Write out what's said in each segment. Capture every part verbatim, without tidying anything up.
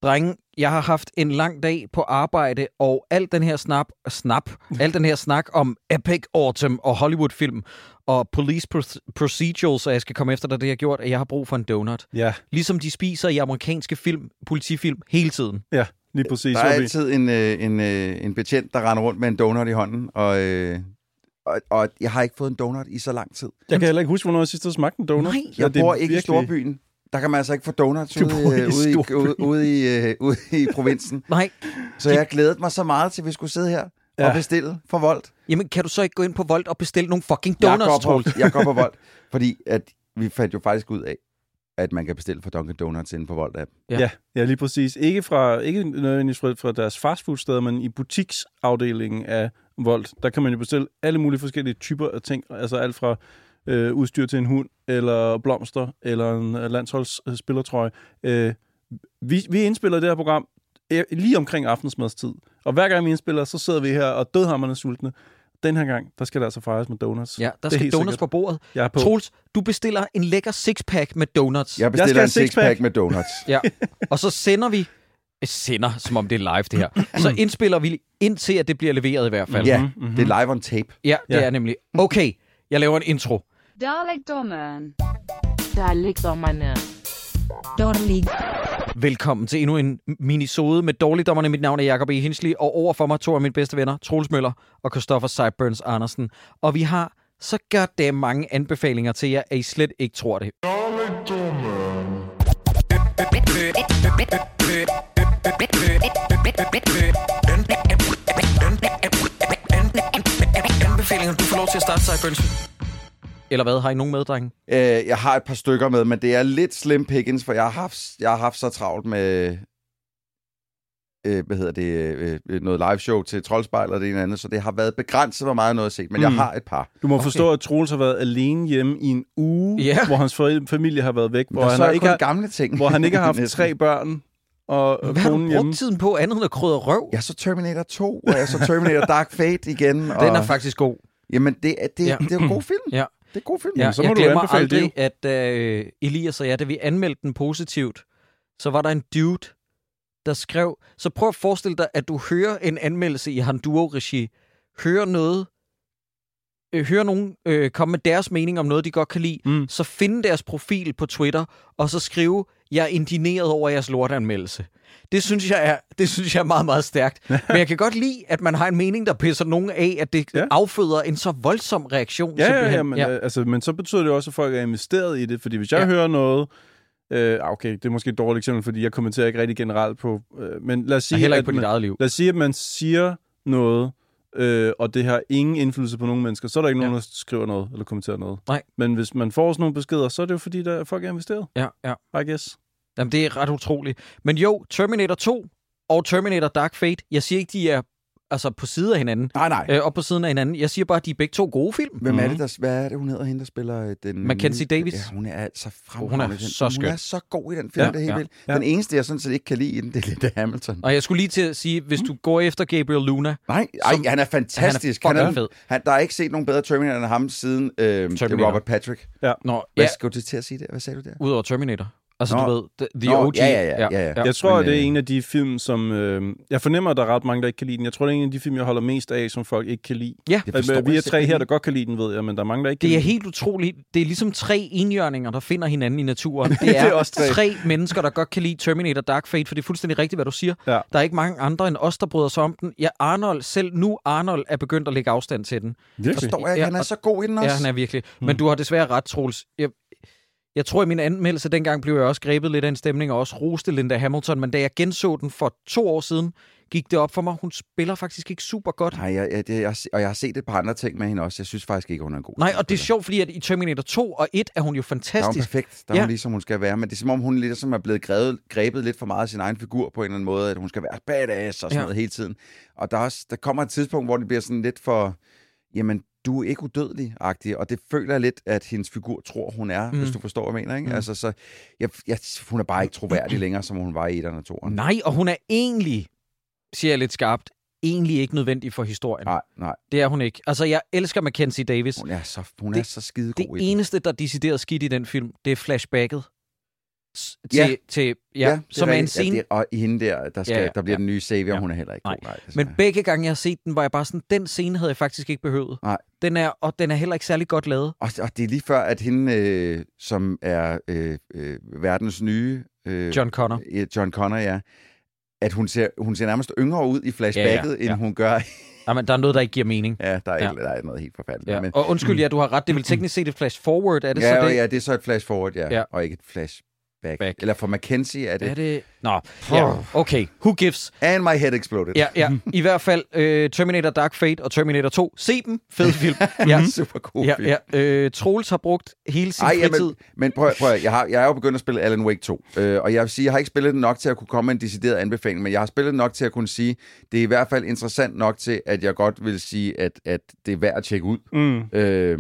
Drenge, jeg har haft en lang dag på arbejde, og al den her snap, snap, al den her snak om Epic Autumn og Hollywood-film og police procedurals, og jeg skal komme efter dig, det har gjort, at jeg har brug for en donut. Ja. Ligesom de spiser i amerikanske film, politifilm, hele tiden. Ja, lige præcis. Der er altid en, en, en betjent, der render rundt med en donut i hånden, og, og, og jeg har ikke fået en donut i så lang tid. Jeg kan heller ikke huske, hvornår jeg sidst har smagt en donut. Nej, jeg ja, bor ikke virkelig... i storbyen. Der kan man altså ikke få donuts Du ude, i ude, i, ude, ude, i, uh, ude i provinsen. Nej. Så jeg glædede mig så meget til, at vi skulle sidde her ja. og bestille for Volt. Jamen, kan du så ikke gå ind på Volt og bestille nogle fucking donuts, jeg Troels? Jeg går på Volt, fordi at vi fandt jo faktisk ud af, at man kan bestille for Dunkin' Donuts inden på Volt-app. Ja. ja, ja, lige præcis. Ikke fra ikke nødvendigvis fra, fra deres fastfood-steder, men i butiksafdelingen af Volt, der kan man jo bestille alle mulige forskellige typer af ting. Altså alt fra øh, udstyr til en hund, eller blomster, eller en landsholdsspillertrøje. Øh, vi, vi indspiller det her program lige omkring aftensmadstid. Og hver gang vi indspiller, så sidder vi her og dødhamrende sultne. Den her gang, der skal der altså fejres med donuts. Ja, der skal donuts sikkert på bordet. På. Troels, du bestiller en lækker sixpack med donuts. Jeg bestiller jeg en sixpack six med donuts. Ja, og så sender vi... Sender, som om det er live, det her. Så indspiller vi indtil, at det bliver leveret i hvert fald. Ja, mm-hmm. det er live on tape. Ja, det ja. er nemlig. Okay, jeg laver en intro. Dalekdommeren. Dalekdommerne. Dårlig. Velkommen til endnu en minisode med Dårligdommerne. Mit navn er Jacob E. Hinsley, og overfor mig to af mine bedste venner, Troels Møller og Christopher Sideburns Andersen. Og vi har så goddamn mange anbefalinger til jer, at I slet ikke tror det. Dårligdommeren. Anbefalinger, du får lov til at starte, Sideburns. Eller hvad? Har I nogen med, drenge? Øh, jeg har et par stykker med, men det er lidt slim pickings, for jeg har haft, jeg har haft så travlt med øh, hvad hedder det, øh, noget live show til Troldspejl og det ene andet, så det har været begrænset, hvor meget noget at se, men mm. jeg har et par. Du må okay. forstå, at Troels har været alene hjemme i en uge, yeah. hvor hans familie har været væk, hvor han, han, ikke har, gamle ting. hvor han ikke har haft tre børn og Hvad har du brugt tiden på andet end at krydre røv? Jeg så Terminator to, og jeg så Terminator Dark Fate igen. Og... Den er faktisk god. Jamen, det, det, ja. det er jo en god film. Ja. Det er god film. Ja, så må jeg du glemmer anbefale aldrig, det. at uh, Elias og jeg, da vi anmeldte den positivt, så var der en dude, der skrev, så prøv at forestille dig, at du hører en anmeldelse i Handuro-regi, hører noget, øh, hører nogen øh, komme med deres mening om noget, de godt kan lide, mm. så finde deres profil på Twitter, og så skrive, jeg er indigneret over jeres lortanmeldelse. Det synes jeg er, det synes jeg er meget, meget stærkt. Men jeg kan godt lide, at man har en mening, der pisser nogen af, at det ja. afføder en så voldsom reaktion. Ja, ja, ja, men, ja. Altså, men så betyder det også, at folk er investeret i det, fordi hvis jeg ja. hører noget, øh, okay, det er måske et dårligt eksempel, fordi jeg kommenterer ikke rigtig generelt på, øh, men lad os sige, heller ikke at på man, dit eget liv. Lad os sige, at man siger noget, øh, og det har ingen indflydelse på nogen mennesker, så er der ikke nogen, ja. der skriver noget eller kommenterer noget. Nej. Men hvis man får sådan nogle beskeder, så er det jo fordi, der folk er investeret. Ja, ja. I guess. Jamen, det er ret utroligt. Men jo, Terminator to og Terminator Dark Fate, jeg siger ikke, de er altså på side af hinanden. Nej, nej. Øh, og på siden af hinanden. Jeg siger bare, at de er begge to gode film. Hvem er det, der, hvad er det, hun hedder, hende, der spiller den... Mackenzie Davis. Ja, hun er altså fremragende. Hun er så skøn. Hun er så god i den film, ja, det er helt ja, vildt. ja. Den eneste, jeg sådan set ikke kan lide i den, det er Linda Hamilton. Og jeg skulle lige til at sige, hvis du går efter Gabriel Luna... Nej, ej, han er fantastisk. Han er, han er fed. Han, der er ikke set nogen bedre Terminator end ham siden øh, det er Robert Patrick. Ja. Nå, Hvad ja. skal du til at sige der? Hvad sagde du der? Udover Terminator. Altså, Nå. du ved, the, the Nå, O G. Ja, ja, ja. ja, ja. Jeg tror, Men, at det er øh... en af de film, som... Øh, jeg fornemmer, at der er ret mange, der ikke kan lide den. Jeg tror, det er en af de film, jeg holder mest af, som folk ikke kan lide. Ja. Øh, vi er tre her, der godt kan lide den, ved jeg, men der er mange, der ikke kan Det er lide helt utroligt. Det er ligesom tre enhjørninger, der finder hinanden i naturen. Det er, det er også tre. tre mennesker, der godt kan lide Terminator Dark Fate, for det er fuldstændig rigtigt, hvad du siger. Ja. Der er ikke mange andre end os, der bryder sig om den. Ja, Arnold, selv nu Arnold er begyndt at lægge afstand til den. Virkelig? Forstår jeg ikke, han er så god i den også. Ja, han er virkelig. Men du har desværre ret, Troels. Jeg, jeg tror, i min anmeldelse dengang blev jeg også grebet lidt af en stemning, og også roste Linda Hamilton, men da jeg genså den for to år siden, gik det op for mig, hun spiller faktisk ikke super godt. Nej, jeg, jeg, det, jeg, og jeg har set et par andre ting med hende også. Jeg synes faktisk ikke, hun er en god. Nej, og det er sjovt, fordi at i Terminator to og et er hun jo fantastisk. Der er hun perfekt. Der er ja. hun lige, som hun skal være. Men det er som om, hun ligesom er blevet grebet, grebet lidt for meget af sin egen figur på en eller anden måde, at hun skal være badass og sådan ja. noget hele tiden. Og der, er også, der kommer et tidspunkt, hvor det bliver sådan lidt for, jamen, du er ikke udødelig-agtig, og det føler jeg lidt, at hendes figur tror, hun er, mm. hvis du forstår, hvad jeg mener. Ikke? Mm. Altså, så, jeg, jeg, hun er bare ikke troværdig længere, som hun var i etteren og toeren. Nej, og hun er egentlig, siger jeg lidt skarpt, egentlig ikke nødvendig for historien. Nej, nej. Det er hun ikke. Altså, jeg elsker Mackenzie Davis. Hun er så, hun det, er så skidegod Det i eneste, der er decideret skidt i den film, det er flashbacket. s- til, Ja. til ja, Ja, ja det som er en rigtigt. scene. Ja, det, og i hende der, der, skal, Ja, ja, der bliver ja. den nye savior, Ja. hun er heller ikke Nej. god. Nej, det Men er- begge gange, jeg har set den, var jeg bare sådan, den scene havde jeg faktisk ikke behøvet. Nej. Den er, og den er heller ikke særlig godt lavet. Og, og det er lige før, at hende, øh, som er øh, øh, verdens nye... Øh, John Connor. øh, John Connor, ja. At hun ser, hun ser nærmest yngre ud i flashbacket, Ja, ja, end ja. hun gør... Jamen, der er noget, der ikke giver mening. ja, der er, Ja. ikke, der er noget helt forfærdeligt. Ja. Men, Og undskyld, ja, du har ret. Det er vel teknisk set et flash forward, er det ja, så det? ja, det er så et flash forward, ja. Ja. ja. Og ikke et flashback. Back. Eller for Mackenzie er det... Er det... Nå, ja, okay. Who gives? And my head exploded. Ja, ja. I hvert fald uh, Terminator Dark Fate og Terminator to. Se dem. Fed film. Ja, Super god ja, film. ja. Uh, Troels har brugt hele sin Ej, fritid. jamen, men prøv, prøv jeg, har, jeg er jo begyndt at spille Alan Wake to, øh, og jeg vil sige, jeg har ikke spillet den nok til at kunne komme med en decideret anbefaling, men jeg har spillet den nok til at kunne sige, det er i hvert fald interessant nok til, at jeg godt vil sige, at, at det er værd at tjekke ud. Mm. Øh,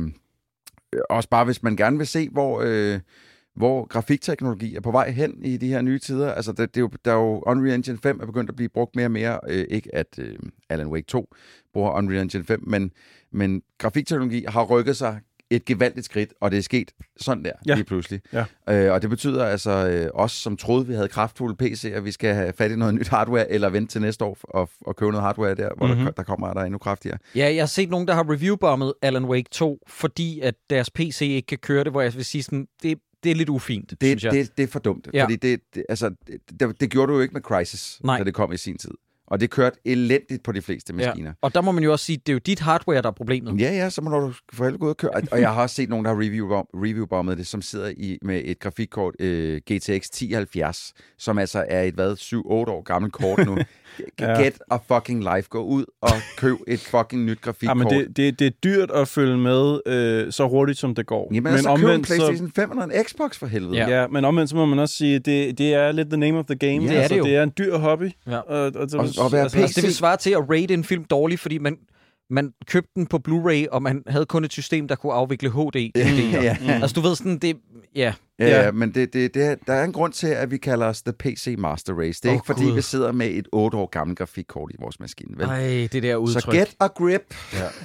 også bare, hvis man gerne vil se, hvor... Øh, hvor grafikteknologi er på vej hen i de her nye tider. Altså, det, det er jo, der er jo Unreal Engine fem er begyndt at blive brugt mere og mere. Øh, ikke at øh, Alan Wake to bruger Unreal Engine fem, men, men grafikteknologi har rykket sig et gevaldigt skridt, og det er sket sådan der Ja. lige pludselig. Ja. Øh, og det betyder altså, øh, os som troede, vi havde kraftfulde P C'er, vi skal have fat i noget nyt hardware, eller vente til næste år og, og købe noget hardware der, hvor Mhm. mm-hmm. der, der kommer der er endnu kraftigere. Ja, jeg har set nogen, der har reviewbommet Alan Wake to, fordi at deres P C ikke kan køre det, hvor jeg vil sige sådan, det, det er lidt ufint, Det, synes jeg. det, det er for dumt, Ja. fordi det, det, altså, det, det, det gjorde du jo ikke med Crysis, Nej. da det kom i sin tid. Og det kørte elendigt på de fleste maskiner. Ja. Og der må man jo også sige, det er jo dit hardware, der er problemet. Ja, ja, så må du for helvede gå ud og køre. Og jeg har også set nogen, der har review, reviewbommet det, som sidder i med et grafikkort øh, G T X ti halvfjerds, som altså er et, hvad, syv otte år gammelt kort nu. Ja. Get a fucking life. Gå ud og køb et fucking nyt grafikkort. Ja, men det, det, det er dyrt at følge med øh, så hurtigt, som det går. Jamen, men altså, køb en omvendt, PlayStation fem eller en Xbox for helvede. Ja. så, ja, men omvendt så må man også sige, det, det er lidt the name of the game. Ja, det er altså, det jo. det er en dyr hobby. Ja. Og, og, og, Og- og være altså, Altså, det vil svare til at rate en film dårlig, fordi man, man købte den på Blu-ray, og man havde kun et system, der kunne afvikle H D. Ja. Altså, du ved sådan, det... Ja, Ja, Ja. ja, men det, det, det er, der er en grund til, at vi kalder os The P C Master Race. Det er Åh, oh, ikke, fordi Gud. vi sidder med et otte år gammelt grafikkort i vores maskine, vel? ej, det der udtryk. Så get a grip.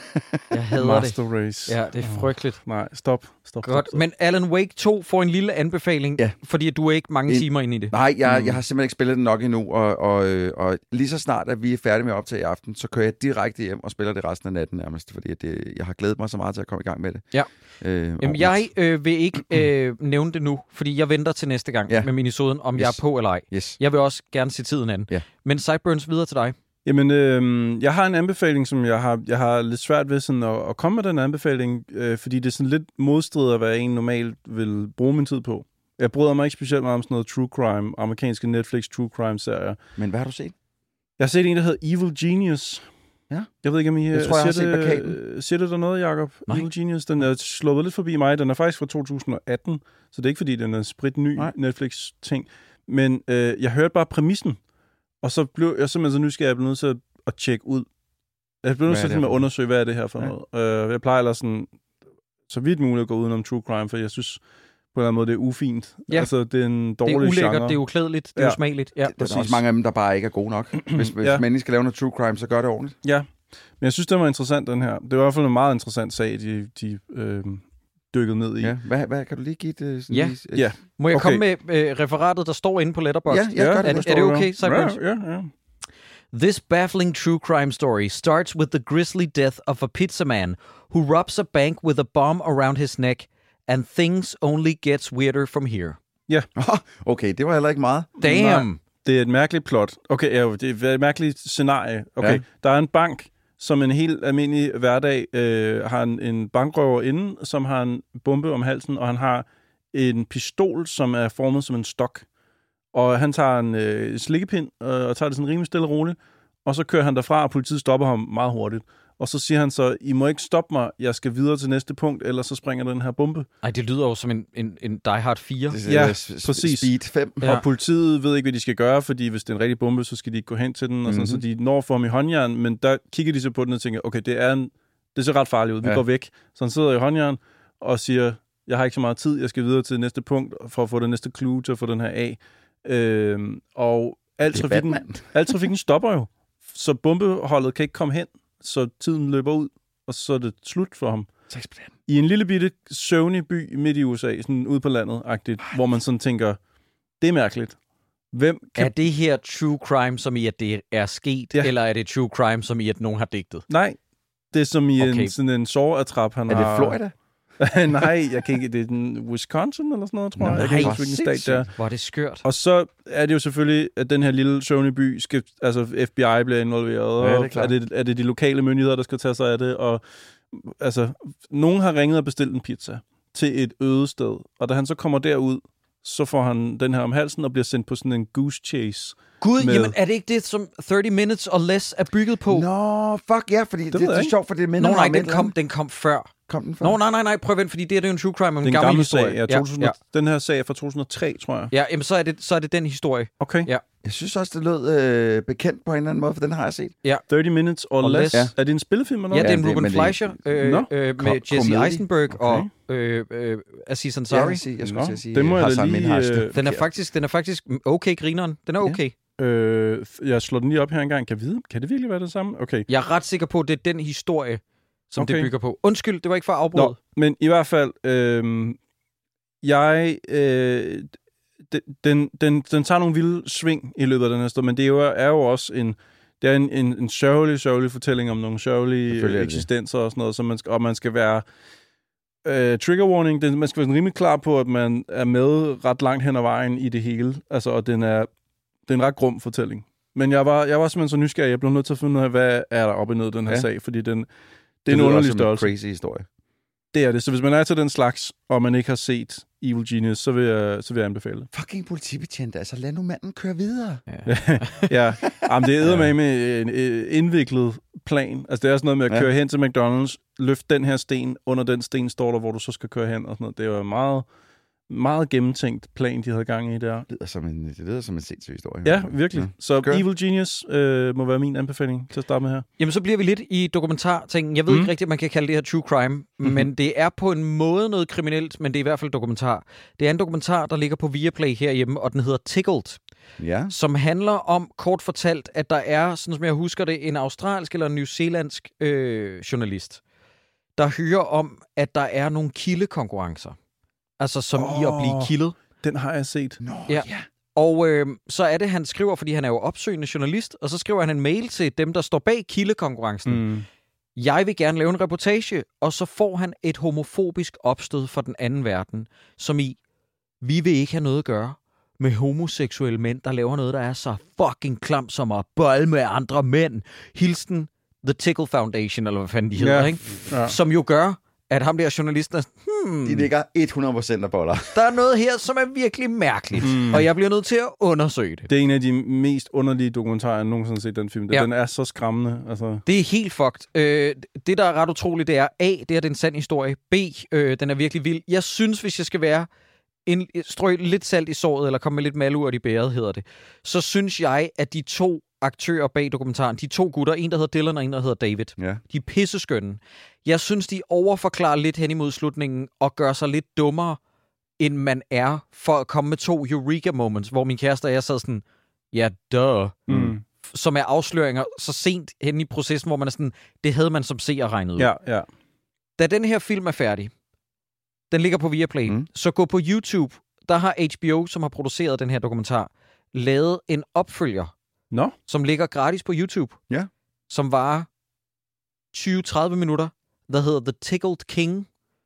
Jeg hader Master det. Race. Ja, det er frygteligt. Nej, stop. stop, Godt, stop, stop. men Alan Wake to får en lille anbefaling, Ja. fordi du er ikke mange En- timer inde i det. Nej, jeg, jeg har simpelthen ikke spillet den nok endnu, og, og, øh, og lige så snart, at vi er færdige med at optage i aften, så kører jeg direkte hjem og spiller det resten af natten nærmest, fordi at det, jeg har glædet mig så meget til at komme i gang med det. Ja. Øh, Jamen, ordentligt. jeg øh, vil ikke øh, nævne det nu, fordi jeg venter til næste gang Ja. med minisoden, om yes. jeg Yes. er på eller ej. Yes. Jeg vil også gerne se tiden an. Ja. Men Sideburns, videre til dig. Jamen, øh, jeg har en anbefaling, som jeg har, jeg har lidt svært ved sådan at, at komme med den anbefaling, øh, fordi det er sådan lidt modstrider, hvad jeg egentlig normalt vil bruge min tid på. Jeg bryder mig ikke specielt meget om sådan noget true crime, amerikanske Netflix true crime-serier. Men hvad har du set? Jeg har set en, der hedder Evil Genius. Ja. Jeg ved ikke, om I Jeg tror, jeg har siger, set det, plakaten. siger det der noget, Jacob? Nej. Evil Genius, den er slået lidt forbi mig. Den er faktisk fra to tusind og atten, så det er ikke, fordi den er en spritny Nej. Netflix-ting. Men øh, jeg hørte bare præmissen, og så blev jeg simpelthen så nysgerrig, at jeg blev nødt til at, at tjekke ud. Jeg blev nødt Hvad er til det at for undersøge, hvad er det her for Ja. noget. Øh, jeg plejer ellers sådan, så vidt muligt at gå udenom true crime, for jeg synes på en eller anden måde, det er ufint. Ja. Altså, det er en Det er dårlig ulækkert, genre. det er uklædeligt, det er Ja. usmageligt. Ja. Der er Præcis. også mange af dem, der bare ikke er gode nok. Hvis, hvis Ja. man ikke skal lave noget true crime, så gør det ordentligt. Ja, men jeg synes, det var interessant, den her. Det var i hvert fald en meget interessant sag, de, de øh, dykkede ned i. Ja. Hvad, hvad, kan du lige give det? Sådan Ja. lige, et- Ja. Må jeg Okay. komme med øh, referatet, der står inde på Letterboxd? Ja, ja, gør det. Er, Der er står det der. okay, Sideburns? Ja, ja, ja. This baffling true crime story starts with the grisly death of a pizza man who robs a bank with a bomb around his neck, and things only gets weirder from here. Okay, det var heller ikke meget. Damn! Det er et mærkeligt plot. Okay, ja, det er et mærkeligt scenarie. Okay, Ja. ja. Der er en bank, som en helt almindelig hverdag øh, har en, en bankrøver inde, som har en bombe om halsen, og han har en pistol, som er formet som en stok. Og han tager en øh, slikkepind øh, og tager det sådan rimelig stille og roligt, og så kører han derfra, og politiet stopper ham meget hurtigt. Og så siger han så, I må ikke stoppe mig, jeg skal videre til næste punkt, ellers så springer den her bombe. Ej, det lyder jo som en, en, en Die Hard fire. Det, Ja, øh, s- s- præcis. Speed fem. Ja. Ja. Og politiet ved ikke, hvad de skal gøre, fordi hvis det er en rigtig bombe, så skal de ikke gå hen til den, og sådan, Mhm. så de når for ham i håndjern, men der kigger de så på den og tænker, okay, det er en, det ser ret farligt ud, vi Ja. går væk. Så han sidder i håndjern og siger, jeg har ikke så meget tid, jeg skal videre til næste punkt, for at få det næste clue til at få den her af. Øhm, og al Det er trafikken, Batman. al trafikken stopper jo, så bombeholdet kan ikke komme hen, så tiden løber ud, og så er det slut for ham. I en lille bitte søvnig by midt i U S A, sådan ude på landet-agtigt, hvor man sådan tænker, Det er mærkeligt. Hvem kan... Er det her true crime, som i, at det er sket, Ja. eller er det true crime, som i, at nogen har digtet? Nej, det er som i Okay. en, sådan en sårattrap, han Er har... det Florida? Nej, jeg kan ikke... Det er den Wisconsin eller sådan noget, tror jeg. Nej, Jeg kan ikke hvor huske, hvilken stat det er. Hvor er det skørt. Og så er det jo selvfølgelig, at den her lille søvnige by, skal, altså F B I bliver involveret, Ja, det er og klart. er, det, er det de lokale myndigheder, der skal tage sig af det, og altså, nogen har ringet og bestilt en pizza til et øde sted, og da han så kommer derud, så får han den her om halsen og bliver sendt på sådan en goose chase. Gud, med- jamen er det ikke det, som thirty minutes or less er bygget på? Nå, fuck ja, fordi det, ved det, jeg det er ikke. sjovt, for det minder Nå, mig nej, om den et eller kom, andet. den kom før. Kom den fra? Nå, nej, nej, nej, prøv at vente, fordi det er jo en true crime, en Den gammel, gamle historie. sag, ja, to tusind, ja. den her sag er fra to tusind og tre, tror jeg. Ja, jamen så er det, så er det den historie. Okay. Ja. Jeg synes også, det lød øh, bekendt på en eller anden måde, for den har jeg set. thirty minutes or, Or less. less. Ja. Er det en spillefilm eller Ja, noget? det er en det- Ruben men det- Fleischer øh, Nå. øh, med Kom- Jesse komedie. Eisenberg Okay. og øh, øh, Aziz Ja, Ansari. jeg, sige, jeg skulle Nå, til at sige, det må jeg da Hassan lige, Minhaj. øh, Den er faktisk, den er faktisk okay, grineren. Den er okay. Øh, jeg slår den lige op her engang. Kan jeg vide, kan det virkelig være det samme? Okay. Jeg er ret sikker på, at det er den historie, som Okay. det bygger på. Undskyld, det var ikke for at afbryde. Nå, men i hvert fald, øh, jeg, øh, den, den, den, den tager nogle vilde sving i løbet af den her stund, men det er jo, er jo også en, det er en, en, en sørgelig, sørgelig fortælling om nogle sørgelige Selvfølgelig er øh, det. eksistenser og sådan noget, så man skal, og man skal være øh, trigger warning, den, man skal være sådan rimelig klar på, at man er med ret langt hen ad vejen i det hele, altså, og den er, det er en ret grum fortælling. Men jeg var, jeg var simpelthen så nysgerrig, jeg blev nødt til at finde ud af, hvad er der oppe i ned den her Ja. sag, fordi den, det er Det en lyder underlig også som en størrelse. crazy historie. Det er det. Så hvis man er til den slags, og man ikke har set Evil Genius, så vil jeg, så vil jeg anbefale det. Fucking politibetjent, altså lad nu manden køre videre. Ja, jamen, det er eddermame med en øh, indviklet plan. Altså det er sådan noget med at Ja. køre hen til McDonald's, løfte den her sten, under den sten står der, hvor du så skal køre hen og sådan noget. Det er jo en meget, meget gennemtænkt plan, de havde gang i der. Det lyder som en, det lyder som en sindssyg historie. Ja, virkelig. Ja. Så Gør. Evil Genius øh, må være min anbefaling til at starte med her. Jamen, så bliver vi lidt i dokumentartingen. Jeg ved Mm. ikke rigtigt, om man kan kalde det her true crime, mm-hmm. men det er på en måde noget kriminelt, men det er i hvert fald dokumentar. Det er en dokumentar, der ligger på Viaplay herhjemme, og den hedder Tickled, Ja. som handler om, kort fortalt, at der er, sådan som jeg husker det, en australsk eller en newzealandsk øh, journalist, der hører om, at der er nogle kildekonkurrencer. Altså som oh. i at blive Åh. kildet. Den har jeg set. Nå, Ja. Og øh, så er det, han skriver, fordi han er jo opsøgende journalist, og så skriver han en mail til dem, der står bag kildekonkurrencen. Mm. Jeg vil gerne lave en reportage, og så får han et homofobisk opstød fra den anden verden, som i, vi vil ikke have noget at gøre med homoseksuelle mænd, der laver noget, der er så fucking klamt som at bolle med andre mænd. Hilsen The Tickle Foundation, eller hvad fanden de hedder, Ja. ikke? Ja. Som jo gør, at ham der journalisten er sådan, hmm, De ligger hundrede procent af boller. der er noget her, som er virkelig mærkeligt, mm. og jeg bliver nødt til at undersøge det. Det er en af de mest underlige dokumentarer, jeg nogensinde har set den film. Ja. Den er så skræmmende. Altså. Det er helt fucked. Øh, det, der er ret utroligt, det er A, det er den sand historie. B, øh, den er virkelig vild. Jeg synes, hvis jeg skal være en, strø lidt salt i såret, eller komme med lidt malurt i bæret, hedder det, så synes jeg, at de to aktører bag dokumentaren, de to gutter, en der hedder Dylan og en der hedder David, Ja. de er pisseskønne. Jeg synes, de overforklarer lidt hen imod slutningen, og gør sig lidt dummere, end man er, for at komme med to eureka moments, hvor min kæreste og jeg sad sådan, ja, duh. Mm. Som er afsløringer så sent hen i processen, hvor man er sådan, det havde man som seer regnet ud. Ja, ja. Da den her film er færdig, den ligger på Viaplay, Mm. mm. så gå på YouTube. Der har H B O, som har produceret den her dokumentar, lavet en opfølger, Nå, som ligger gratis på YouTube. Ja. Som varer tyve til tredive minutter, der hedder The Tickled King,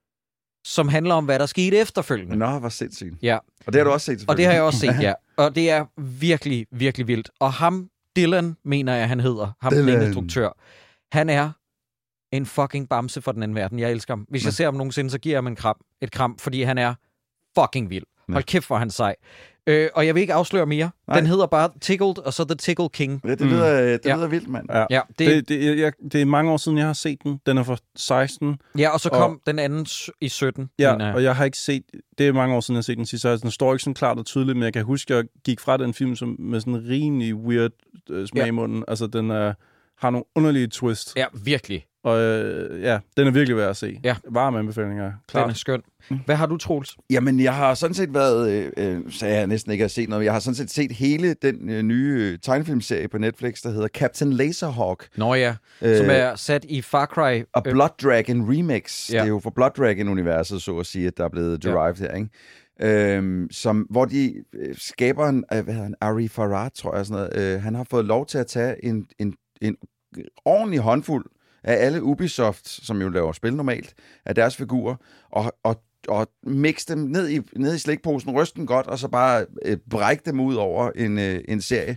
som handler om, hvad der skete efterfølgende. Nå, hvor sindssygt. Ja. Og det har du også set, Og det har jeg også set, selvfølgelig. ja. Og det er virkelig, virkelig vildt. Og ham, Dylan, mener jeg, han hedder. Ham, den Dylan. instruktør. Han er en fucking bamse for den anden verden. Jeg elsker ham. Hvis jeg ser ham nogensinde, så giver jeg ham en kram, et kram, fordi han er fucking vild. Hold kæft, hvor er han sej. Øh, og jeg vil ikke afsløre mere. Nej. Den hedder bare Tickled, og så The Tickle King. Ja, det lyder, det Ja. lyder vildt, mand. ja. Ja, det, Det, det, jeg, det er mange år siden, jeg har set den. Den er fra seksten. ja og så kom og- den anden s- i sytten. Ja, mener jeg. og jeg har ikke set... Det er mange år siden, jeg har set den sidste. Så den står ikke sådan klart og tydeligt, men jeg kan huske, at jeg gik fra den film som, med sådan en rimelig weird øh, smag i Ja. munden. Altså, den er, har nogle underlige twist. Ja, virkelig. Og øh, ja, den er virkelig værd at se. Ja. Varme anbefalinger. Den Klart. er skøn. Hvad har du, Troels? Jamen, jeg har sådan set været, øh, øh, så jeg næsten ikke har set noget, jeg har sådan set set hele den øh, nye øh, tegnefilmserie på Netflix, der hedder Captain Laserhawk. Nå ja, Øh, som er sat i Far Cry. Og Blood Dragon Remix. Ja. Det er jo fra Blood Dragon-universet, så at sige, at der er blevet derived ja. her, ikke? øh, som, hvor de øh, skaber en, øh, hvad hedder han, Ari Farad, tror jeg, sådan noget. Øh, han har fået lov til at tage en, en, en ordentlig håndfuld af alle Ubisoft, som jo laver spil normalt, af deres figurer, og, og og mixe dem ned i, ned i slikposen, ryste dem godt, og så bare øh, brække dem ud over en, øh, en serie.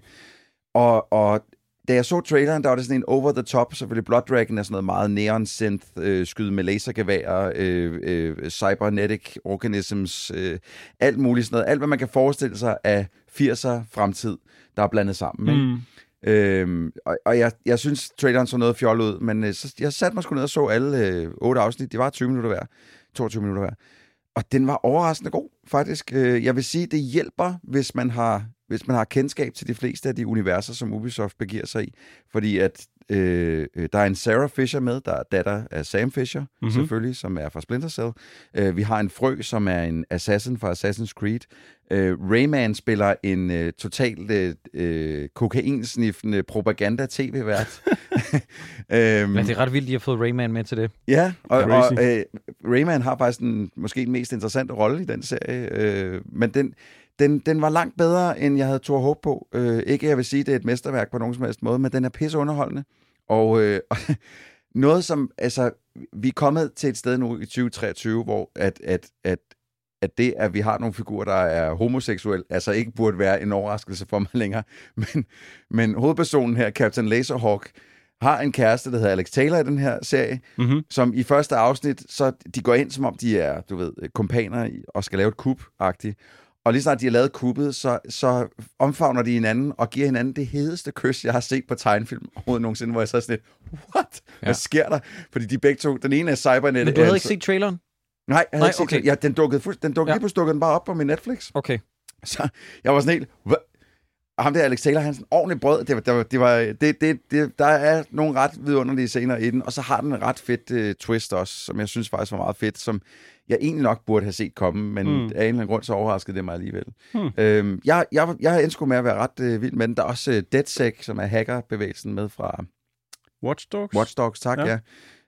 Og, og da jeg så traileren, der var det sådan en over-the-top, selvfølgelig Blood Dragon er sådan noget meget neon-synth, øh, skyde med lasergeværer, øh, øh, cybernetic organisms, øh, alt muligt sådan noget. Alt, hvad man kan forestille sig af firser fremtid, der er blandet sammen. Mm. Ikke? Øhm, og og jeg, jeg synes, traileren så noget fjollet ud, men øh, så, jeg satte mig sgu ned og så alle øh, otte afsnit. Det var tyve minutter hver. toogtyve minutter hver. Og den var overraskende god, faktisk. Jeg vil sige, det hjælper, hvis man har, hvis man har kendskab til de fleste af de universer, som Ubisoft begiver sig i. Fordi at øh, der er en Sarah Fisher med, der er datter af Sam Fisher, mm-hmm. selvfølgelig, som er fra Splinter Cell. Uh, vi har en frø, som er en assassin fra Assassin's Creed. Uh, Rayman spiller en uh, totalt uh, kokainsniffende propaganda-tv-vært. um, ja, det er ret vildt, at I har fået Rayman med til det. Ja, og, og uh, Rayman har faktisk den, måske den mest interessante rolle i den serie. Uh, men den, den, den var langt bedre, end jeg havde turde håbe på. Uh, ikke, jeg vil sige, det er et mesterværk på nogen som helst måde, men den er pisse underholdende. Og, uh, og noget som, altså, vi er kommet til et sted nu i tyve treogtyve, hvor at, at, at at det, at vi har nogle figurer, der er homoseksuel, altså ikke burde være en overraskelse for mig længere. Men, men hovedpersonen her, Captain Laserhawk, har en kæreste, der hedder Alex Taylor i den her serie, mm-hmm. som i første afsnit, så de går ind, som om de er, du ved, kompaner og skal lave et kub-agtigt. Og lige snart de har lavet kuppet, så, så omfavner de hinanden og giver hinanden det hedeste kys, jeg har set på tegnefilm overhovedet nogensinde, hvor jeg så er sådan lidt, what? Hvad ja. sker der? Fordi de begge to, den ene er cybernet. Men du havde altså ikke set traileren? Nej, jeg havde Nej, ikke okay. set, ja, den dukkede, fuld, den dukkede ja. lige på stukket den bare op på min Netflix. Okay. Så jeg var sådan helt, Hva? Og ham der Alex Taylor, han er sådan ordentligt brød. Det var, det var, det var, det, det, det, der er nogle ret vidunderlige scener i den, og så har den en ret fedt uh, twist også, som jeg synes faktisk var meget fedt, som jeg egentlig nok burde have set komme, men mm. af en eller anden grund så overraskede det mig alligevel. Mm. Øhm, jeg, jeg, jeg har endt med at være ret uh, vild med den. Der er også uh, DedSec, som er hackerbevægelsen med fra Watch Dogs. Watch Dogs, tak, ja. ja.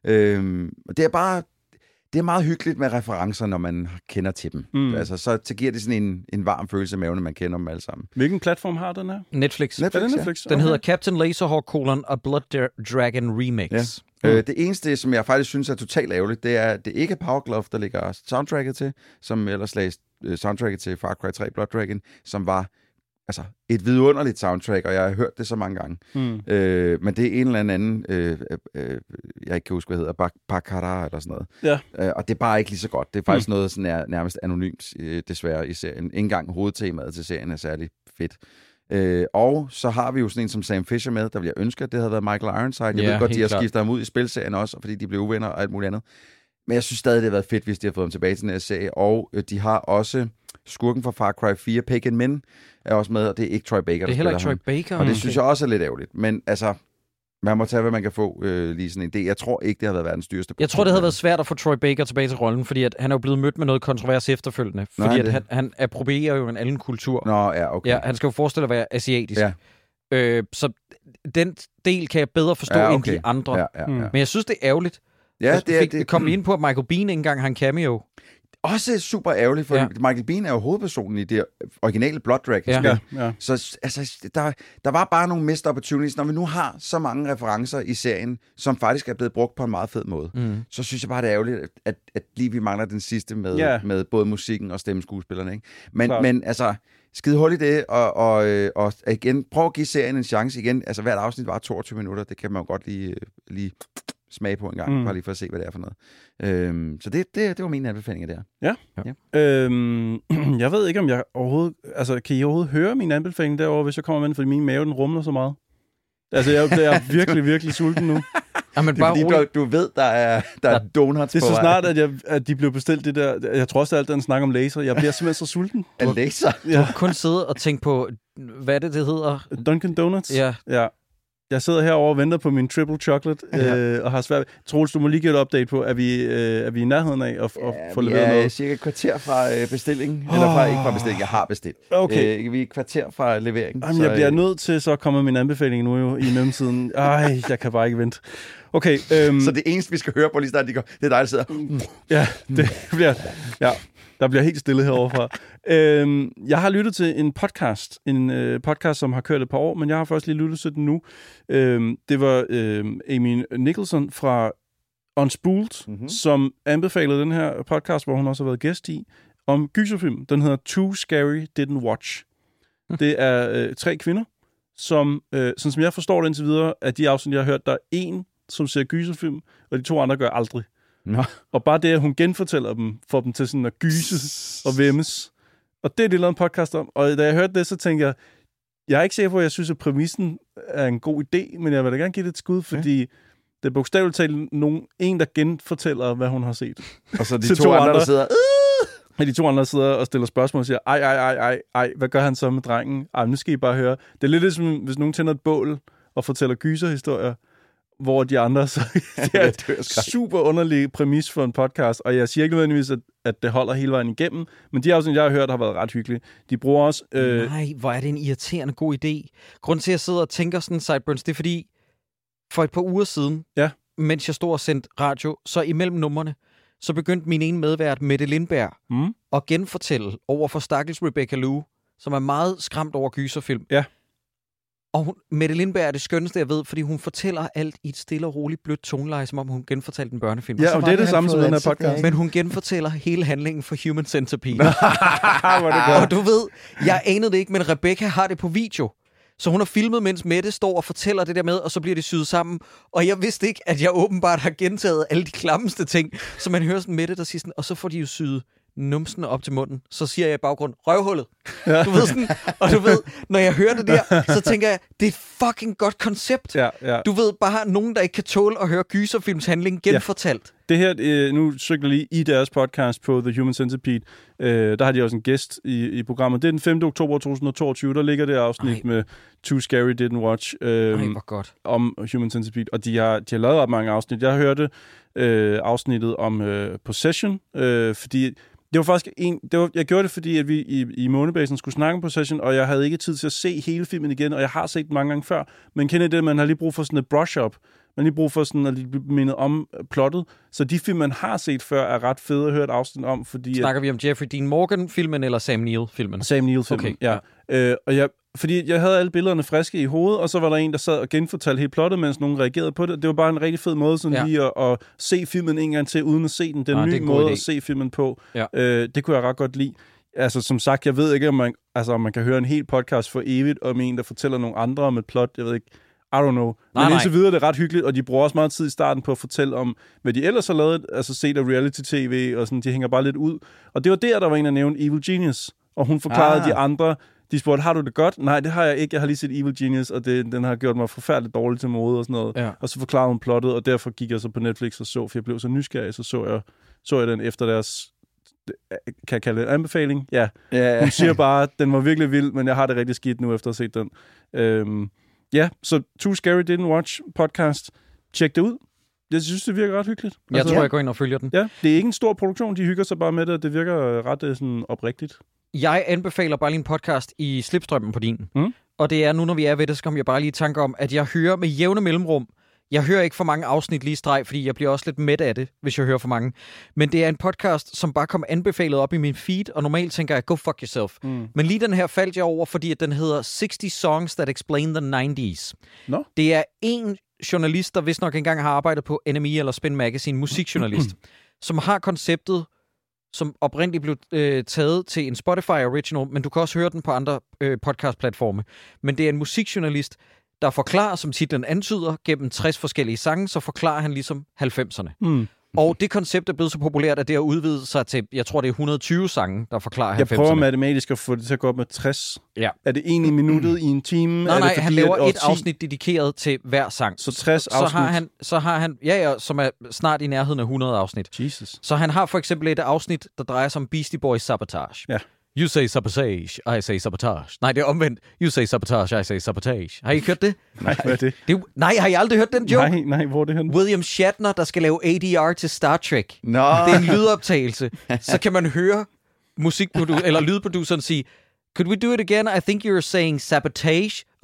Øhm, det er bare det er meget hyggeligt med referencer, når man kender til dem. Mm. Altså, så, så giver det sådan en, en varm følelse i maven, når man kender dem alle sammen. Hvilken platform har den her? Netflix. Netflix, er det Netflix? Ja. Den okay. hedder Captain Laserhawk colon A Blood Dragon Remix. Ja. Mm. Øh, det eneste, som jeg faktisk synes er totalt ærgerligt, det er, at det ikke er Power Glove, der ligger soundtracket til, som ellers lagde soundtracket til Far Cry tre Blood Dragon, som var altså et vidunderligt soundtrack, og jeg har hørt det så mange gange. Mm. Øh, men det er en eller anden, øh, øh, jeg ikke kan huske, hvad hedder, Baccarat eller sådan noget. Ja. Øh, og det er bare ikke lige så godt. Det er faktisk mm. noget sådan er, nærmest anonymt, øh, desværre, i serien. Ikke engang hovedtemaet til serien er særlig fedt. Øh, og så har vi jo sådan en som Sam Fisher med, der vil jeg ønske, at det havde været Michael Ironside. Jeg ja, ved godt, de har skiftet ham ud i spilserien også, fordi de blev uvenner og alt muligt andet. Men jeg synes stadig, det har været fedt, hvis de har fået ham tilbage til den her serie. Og øh, de har også skurken fra Far Cry fire, Pagan Min, er også med, og det er ikke Troy Baker, der det er heller ikke Troy ham. Baker. Og det okay. synes jeg også er lidt ærgerligt. Men altså, man må tage, hvad man kan få øh, lige sådan en idé. Jeg tror ikke, det har været verdens dyreste. Jeg tror, det havde været svært at få Troy Baker tilbage til rollen, fordi at han er jo blevet mødt med noget kontrovers efterfølgende. Fordi Nej, at han, han approprierer jo en anden kultur. Nå, ja, okay. Ja, han skal jo forestille at være asiatisk. Ja. Øh, så den del kan jeg bedre forstå ja, okay. end de andre. Ja, ja, ja. Men jeg synes, det er ærgerligt. Ja, altså, det er fik, det. Kom vi ind på, at Michael Bean ikke engang har en cameo. Også super ærgerligt, for ja. Michael Bean er jo hovedpersonen i det originale Blood Dragon. Ja. Ja, ja. Så altså, der, der var bare nogle missed opportunities. Når vi nu har så mange referencer i serien, som faktisk er blevet brugt på en meget fed måde, mm. så synes jeg bare, det er ærgerligt, at, at lige vi mangler den sidste med, ja. med både musikken og stemmeskuespillerne. Ikke? Men, men altså, skide hul i det, og, og, og igen, prøv at give serien en chance igen. Altså, hvert afsnit var toogtyve minutter. Det kan man jo godt lige... lige smage på en gang, mm. bare lige for at se, hvad det er for noget. Øhm, så det, det, det var mine anbefalinger der. Ja. ja. Øhm, jeg ved ikke, om jeg overhovedet... Altså, kan I overhovedet høre mine anbefalinger derovre, hvis jeg kommer med den, fordi min mave, den rumler så meget? Altså, jeg, jeg er virkelig, virkelig sulten nu. Ja, men det er bare fordi, du, du ved, der er, der er donuts det er på så vej. snart, at, jeg, at de blev bestilt det der... Jeg tror også, at alt den snak om laser. Jeg bliver simpelthen så sulten. En laser? Du har kun siddet og tænkt på, hvad er det, det hedder? Dunkin' Donuts? Ja. Ja. Jeg sidder herovre og venter på min triple chocolate, ja. øh, og har svært... Troels, du må lige give et update på, er vi, øh, er vi i nærheden af at, at ja, få leveret noget? Ja, vi er cirka et kvarter fra øh, bestilling. Oh. Eller fra, ikke fra bestilling, jeg har bestilt. Okay. Øh, vi er et kvarter fra levering. Jamen, så, jeg bliver nødt til så at komme med min anbefaling nu jo, i mellemtiden. Ej, jeg kan bare ikke vente. Okay. Øhm, så det eneste, vi skal høre på lige snart, det er dig, der sidder... ja, det bliver... Ja. Der bliver helt stille heroverfra. øhm, jeg har lyttet til en podcast, en øh, podcast, som har kørt et par år, men jeg har først lige lyttet til den nu. Øhm, det var øh, Amy Nicholson fra Unspooled, mm-hmm. som anbefalede den her podcast, hvor hun også har været gæst i, om gyserfilm. Den hedder Too Scary Didn't Watch. Mm. Det er øh, tre kvinder, som, øh, sådan som jeg forstår det indtil videre, at de afsnit, jeg har hørt, der er en, som ser gyserfilm, og de to andre gør aldrig. Nå. Og bare det, at hun genfortæller dem, får dem til sådan at gyse og væmmes. Og det er det, lavet en podcast om. Og da jeg hørte det, så tænkte jeg, jeg er ikke sikker på, at jeg synes, at præmissen er en god idé, men jeg vil da gerne give det et skud, fordi ja. det er bogstaveligt talt nogen, en, der genfortæller, hvad hun har set. Og så de to, to andre, andre, der sidder... Og de to andre sidder og stiller spørgsmål og siger, ej, ej, ej, ej, ej, hvad gør han så med drengen? Ej, nu skal I bare høre. Det er lidt ligesom, hvis nogen tænder et bål og fortæller gyserhistorier, hvor de andre så... det er et super underlig præmis for en podcast, og jeg siger ikke nødvendigvis, at, at det holder hele vejen igennem, men de afsnit, jeg har hørt, har været ret hyggelige. De bruger også... Øh... Nej, hvor er det en irriterende god idé. Grunden til, at jeg sidder og tænker sådan, Sideburns, det er fordi, for et par uger siden, ja. mens jeg stod og sendte radio, så imellem numrene, så begyndte min ene medvært, Mette Lindberg, mm. at genfortælle over for stakkels Rebecca Lou, som er meget skræmt over gyserfilm. Ja. Og hun, Mette Lindberg er det skønneste, jeg ved, fordi hun fortæller alt i et stille og roligt blødt toneleje, som om hun genfortalte en børnefilm. Ja, og, og det er det, det samme som den her podcast. Men hun genfortæller hele handlingen for Human Centipede. Hvor det godt. Og du ved, jeg anede det ikke, men Rebecca har det på video. Så hun har filmet, mens Mette står og fortæller det der med, og så bliver det syet sammen. Og jeg vidste ikke, at jeg åbenbart har gentaget alle de klammeste ting. Så man hører sådan Mette, der siger sådan, og så får de jo syet numsene op til munden. Så siger jeg i baggrund, røvhullet. Ja. Du ved sådan, og du ved, når jeg hører det der, så tænker jeg, det er et fucking godt koncept. Ja, ja. Du ved, bare nogen, der ikke kan tåle at høre gyserfilms handling genfortalt. Ja. Det her, øh, nu søgte jeg lige i deres podcast på The Human Centipede, øh, der har de også en gæst i, i programmet. Det er den femte oktober to tusind og toogtyve, der ligger det afsnit Ej. med Too Scary Didn't Watch øh, Ej, hvor godt. om Human Centipede, og de har, de har lavet ret mange afsnit. Jeg hørte øh, afsnittet om øh, Possession, øh, fordi det var faktisk en, det var, jeg gjorde det, fordi at vi i, i Månebasen skulle snakke om Possession, og jeg havde ikke tid til at se hele filmen igen, og jeg har set den mange gange før, men kender det, man har lige brug for sådan et brush-up. Man har lige brug for sådan at blive mindet om plottet. Så de film, man har set før, er ret fede at høre et afsnit om, fordi... Snakker at, vi om Jeffrey Dean Morgan-filmen, eller Sam Neill-filmen? Sam Neill-filmen, okay, ja. ja. Øh, og jeg, fordi jeg havde alle billederne friske i hovedet, og så var der en, der sad og genfortalte hele plottet, mens nogen reagerede på det. Det var bare en rigtig fed måde sådan ja. lige at, at se filmen en gang til, uden at se den. Det er en ny måde idé. at se filmen på. Ja. Øh, det kunne jeg ret godt lide. Altså, som sagt, jeg ved ikke, om man, altså, om man kan høre en hel podcast for evigt om en, der fortæller nogle andre om et plot. Jeg ved ikke... I don't know. Nej, men indtil videre er det ret hyggeligt, og de bruger også meget tid i starten på at fortælle om, hvad de ellers har lavet, altså set af reality-tv, og sådan, de hænger bare lidt ud. Og det var der, der var en, der nævnte Evil Genius, og hun forklarede ah. de andre, de spurgte, har du det godt? Nej, det har jeg ikke. Jeg har lige set Evil Genius, og det, den har gjort mig forfærdeligt dårligt til mode og sådan noget. Ja. Og så forklarede hun plottet, og derfor gik jeg så på Netflix og så, for jeg blev så nysgerrig, så så jeg, så jeg den efter deres... Kan jeg kalde det en anbefaling? Ja. Yeah. Hun siger bare, at den var virkelig vild, men jeg har det rigtig skidt nu, efter at have set den. Øhm, Ja, så Too Scary Didn't Watch podcast. Tjek det ud. Jeg synes, det virker ret hyggeligt. Jeg altså, tror, jeg går ind og følger den. Ja, det er ikke en stor produktion. De hygger sig bare med det, og det virker ret sådan oprigtigt. Jeg anbefaler bare lige en podcast i slipstrømmen på din. Mm. Og det er nu, når vi er ved det, så kommer jeg bare lige i tanke om, at jeg hører med jævne mellemrum. Jeg hører ikke for mange afsnit lige streg, fordi jeg bliver også lidt mæt af det, hvis jeg hører for mange. Men det er en podcast, som bare kom anbefalet op i min feed, og normalt tænker jeg, go fuck yourself. Mm. Men lige den her faldt jeg over, fordi at den hedder sixty Songs That Explain the nineties. No. Det er en journalist, der vist nok engang har arbejdet på N M E eller Spin Magazine, musikjournalist, som har konceptet, som oprindeligt blev øh, taget til en Spotify original, men du kan også høre den på andre øh, podcastplatforme. Men det er en musikjournalist, der forklarer, som titlen antyder, gennem tres forskellige sange, så forklarer han ligesom halvfemserne. Mm. Og det koncept er blevet så populært, at det har udvidet sig til, jeg tror, det er et hundrede og tyve sange, der forklarer jeg halvfemserne. Jeg prøver matematisk at få det til at gå op med tres. Ja. Er det en i minuttet i en time? Nej, er nej, det fordi, han laver et et afsnit dedikeret til hver sang. Så tres så, afsnit? Så har han, så har han, ja, ja, som er snart i nærheden af hundrede afsnit. Jesus. Så han har for eksempel et afsnit, der drejer sig om Beastie Boys Sabotage. Ja. You say sabotage, I say sabotage. Nej, det er omvendt. You say sabotage, I say sabotage. Har I hørt det? Nej, hvad er det? det er, nej, har I aldrig hørt den joke? Nej, nej, hvor er det hen? William Shatner, der skal lave A D R til Star Trek. No. Det er en lydoptagelse. Så kan man høre musikprodu- eller lydproduceren sige, could we do it again? I think you're saying sabotage. Og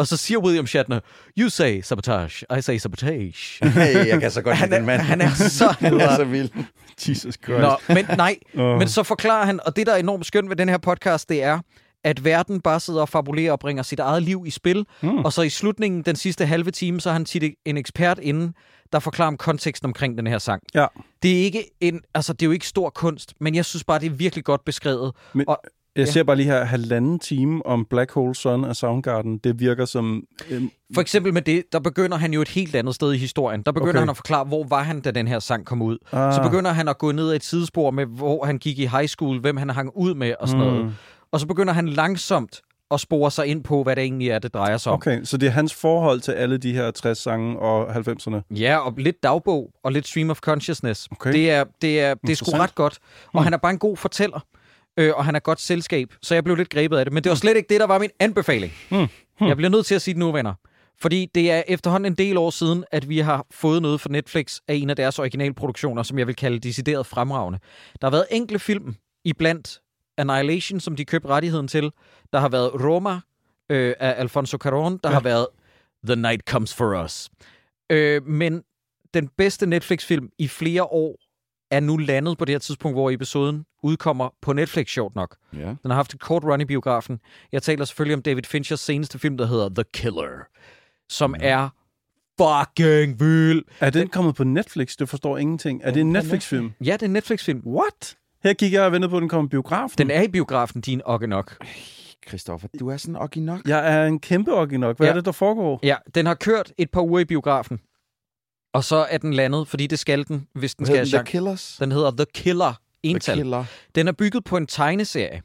Og så siger William Shatner, you say sabotage, I say sabotage. Hey, jeg kan så godt lide den mand. Han er så Han er så vild. Jesus Christ. Nå, men nej, Åh. men så forklarer han, og det, der er enormt skønt ved den her podcast, det er, at verden bare sidder og fabulerer og bringer sit eget liv i spil, Mm. og så i slutningen, den sidste halve time, så har han tit en ekspert inden, der forklarer om konteksten omkring den her sang. Ja. Det er ikke en, altså det er jo ikke stor kunst, men jeg synes bare, det er virkelig godt beskrevet. Men og, jeg ja. ser bare lige her halvanden time om Black Hole Sun af Soundgarden. Det virker som... Øhm, For eksempel med det, der begynder han jo et helt andet sted i historien. Der begynder Okay. han at forklare, hvor var han, da den her sang kom ud. Ah. Så begynder han at gå ned ad et sidespor med, hvor han gik i high school, hvem han hang ud med og sådan Mm. noget. Og så begynder han langsomt at spore sig ind på, hvad det egentlig er, det drejer sig om. Okay, så det er hans forhold til alle de her tres sange og halvfemserne. Ja, og lidt dagbog og lidt stream of consciousness. Okay. Det er, det er, det er sgu Interessant. ret godt. Og Mm. han er bare en god fortæller. Øh, og han er godt selskab. Så jeg blev lidt grebet af det. Men det var slet ikke det, der var min anbefaling. Mm. Mm. Jeg bliver nødt til at sige det nu, venner. Fordi det er efterhånden en del år siden, at vi har fået noget fra Netflix af en af deres originalproduktioner, som jeg vil kalde decideret fremragende. Der har været enkelte film iblandt Annihilation, som de købte rettigheden til. Der har været Roma øh, af Alfonso Cuarón. Der ja. har været The Night Comes For Us. Øh, men den bedste Netflix-film i flere år er nu landet på det her tidspunkt, hvor episoden udkommer på Netflix, sjovt nok. Ja. Den har haft et kort run i biografen. Jeg taler selvfølgelig om David Finchers seneste film, der hedder The Killer, som er fucking vild. Er den kommet på Netflix? Du forstår ingenting. Er det en Netflix-film? Ja, det er en Netflix-film. What? Her gik jeg og ventede på, at den kom i biografen. Den er i biografen, din okke nok. Christoffer, du er sådan okay nok. Jeg er en kæmpe originok. Hvad Ja. er det, der foregår? Ja, den har kørt et par uger i biografen, og så er den landet, fordi det skal den, hvis den Hvad skal hedder have den? The chance. Killers? Den hedder The Killer. The Ental. Killer. Den er bygget på en tegneserie,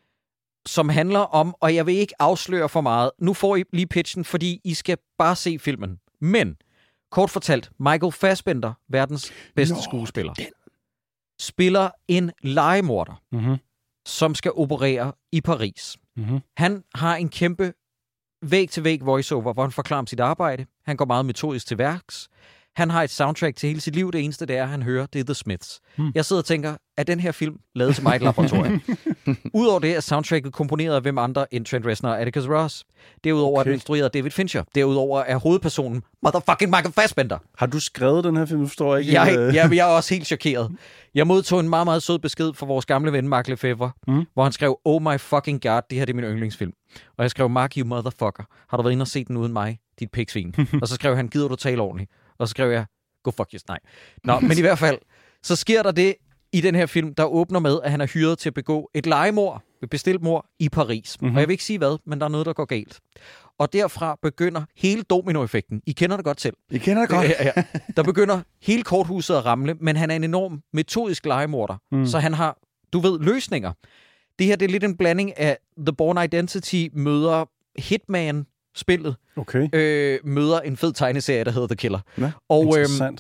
som handler om, og jeg vil ikke afsløre for meget, nu får I lige pitchen, fordi I skal bare se filmen. Men, kort fortalt, Michael Fassbender, verdens bedste Nå, skuespiller, den. spiller en legemorder, Mm-hmm. som skal operere i Paris. Mm-hmm. Han har en kæmpe væg-til-væg voiceover, hvor han forklarer om sit arbejde. Han går meget metodisk til værks. Han har et soundtrack til hele sit liv. Det eneste, det er, han hører, det er The Smiths. Hmm. Jeg sidder og tænker, er den her film lavet til mig et laboratorium? Udover det er soundtracket komponeret af hvem andre end Trent Reznor og Atticus Ross. Derudover okay. er Okay. den instrueret af David Fincher. Derudover er hovedpersonen motherfucking Michael Fassbender. Har du skrevet den her film? Du forstår ikke. Jeg, øh, jeg, jeg er også helt chokeret. Jeg modtog en meget, meget sød besked fra vores gamle ven, Mark Lefebvre, Mm. hvor han skrev, oh my fucking god, det her det er min yndlingsfilm. Og jeg skrev, Mark, you motherfucker. Har du været inde og set den uden mig, dit pigsvin? Og så skrev han, gider du tale ordentligt? Og så skrev jeg, go fuck yes, nej. Nå, men i hvert fald, så sker der det i den her film, der åbner med, at han er hyret til at begå et legemord, et bestilt mord i Paris. Mm-hmm. Og jeg vil ikke sige hvad, men der er noget, der går galt. Og derfra begynder hele dominoeffekten. I kender det godt selv. I kender det godt. Ja, ja. Der begynder hele korthuset at ramle, men han er en enorm metodisk legemorder. Mm. Så han har, du ved, løsninger. Det her det er lidt en blanding af The Bourne Identity møder Hitman-spillet, Okay. øh, møder en fed tegneserie, der hedder The Killer. Ja, og øhm, Interessant.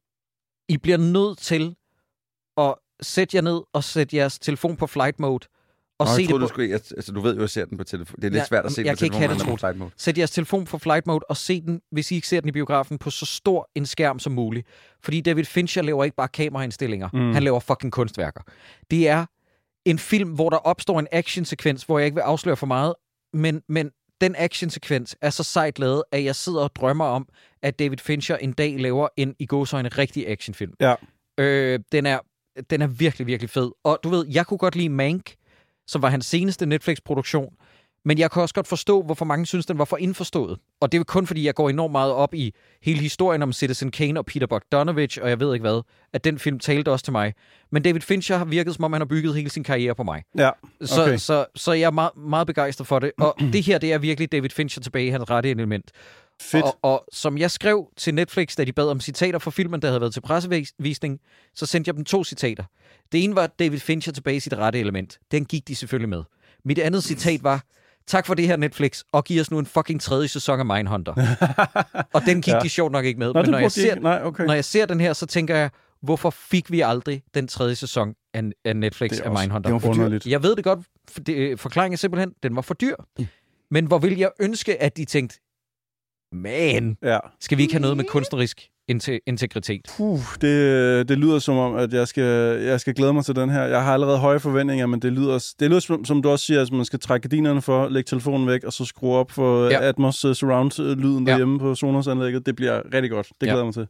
I bliver nødt til at sætte jer ned og sætte jeres telefon på flight mode. Og Nå, se jeg troede, det du på, skulle... Jeg, altså, du ved jo, jeg ser den på telefon. Det er lidt Ja, svært at se jeg på kan ikke telefonen, have det, når man er på Troels. flight mode. Sæt jeres telefon på flight mode og se den, hvis I ikke ser den i biografen, på så stor en skærm som muligt. Fordi David Fincher laver ikke bare kameraindstillinger. Mm. Han laver fucking kunstværker. Det er en film, hvor der opstår en actionsekvens, hvor jeg ikke vil afsløre for meget, men, men den actionsekvens er så sejt lavet, at jeg sidder og drømmer om, at David Fincher en dag laver en i gåseøjne rigtig actionfilm. Ja. Øh, den, er, den er virkelig, virkelig fed. Og du ved, jeg kunne godt lide Mank, som var hans seneste Netflix-produktion. Men jeg kan også godt forstå, hvorfor mange synes, den var for indforstået. Og det er jo kun, fordi jeg går enormt meget op i hele historien om Citizen Kane og Peter Bogdanovich, og jeg ved ikke hvad, at den film talte også til mig. Men David Fincher har virket, som om han har bygget hele sin karriere på mig. Ja, Så, okay. så, så jeg er meget, meget begejstret for det. Og det her, det er virkelig David Fincher tilbage i hans rette element. Fedt. Og, og som jeg skrev til Netflix, da de bad om citater fra filmen, der havde været til pressevisning, så sendte jeg dem to citater. Det ene var David Fincher tilbage i sit rette element. Den gik de selvfølgelig med. Mit andet citat var, tak for det her Netflix, og giv os nu en fucking tredje sæson af Mindhunter. Og den gik ja. de sjovt nok ikke med. Nå, Men når jeg, ser, Nej, okay. når jeg ser den her, så tænker jeg, hvorfor fik vi aldrig den tredje sæson af, af Netflix Det er af også- Mindhunter? det var for underligt. Jeg ved det godt. For det, forklaringen er simpelthen, den var for dyr. Mm. Men hvor vil jeg ønske, at de tænkte, man, Ja. skal vi ikke have noget med kunstnerisk inte- integritet. Puh, det, det lyder som om, at jeg skal, jeg skal glæde mig til den her. Jeg har allerede høje forventninger, men det lyder, det lyder som, som du også siger, at man skal trække gardinerne for, lægge telefonen væk, og så skrue op for Ja. Atmos uh, surround-lyden Ja. derhjemme på Sonos-anlægget. Det bliver rigtig godt. Det Ja. glæder jeg mig til.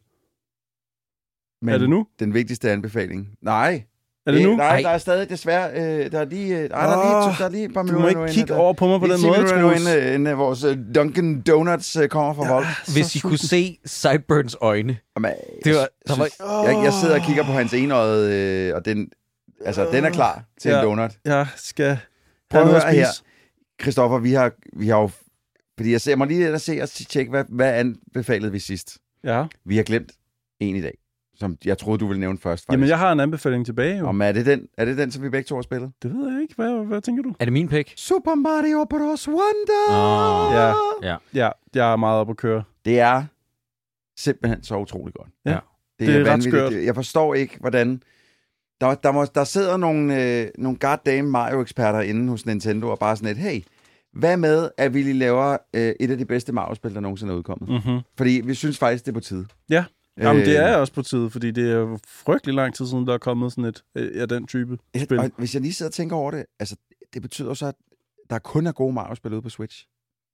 Men Er det nu? Den vigtigste anbefaling. Nej. Er det Øh, nu? Nej, Ej. der er stadig desværre... Øh, der er lige... Øh, ej, der, er lige, der er lige et par Du minutter må nu, ikke inden kigge at- over på mig på lige den ti måde, minutter nu, Troels. inden, øh, inden vores øh, Dunkin' Donuts øh, kommer fra Volt. Hvis I kunne se Sideburns øjne. Jamen, Det var, jeg, der var, synes- jeg, jeg sidder og kigger på hans enøjede, øh, og den, altså, den er klar til Ja. en donut. Jeg skal Prøv have at noget at høre spise. Christopher, vi har, vi har jo... Fordi jeg, ser, jeg må lige ind og se og tjekke, hvad, hvad anbefalede vi sidst. Ja. Vi har glemt en i dag, som jeg troede, du ville nævne først, faktisk. Jamen, jeg har en anbefaling tilbage, jo. Om, er, det den, er det den, som vi begge to har spillet? Det ved jeg ikke. Hvad, hvad tænker du? er det min pick? Super Mario Bros. Wonder! Åh. Ja. Ja. Ja, jeg er meget op at køre. Det er simpelthen så utroligt godt. Ja. Det, Det er ret vanvittigt. skørt. Det- Jeg forstår ikke, hvordan... Der, der, må, der sidder nogle, øh, nogle goddamn Mario-eksperter inde hos Nintendo og bare sådan et, hey, hvad med, at vi lige laver øh, et af de bedste Mario-spil, der nogensinde er udkommet? Mm. Mm-hmm. Fordi vi synes faktisk, det er på tide. Ja. Jamen, det Øh, er også på tide, fordi det er jo frygtelig lang tid siden, der er kommet sådan et øh, af den type spil. Og hvis jeg lige sidder og tænker over det, altså, det betyder jo så, at der kun er gode Mario-spil ude på Switch.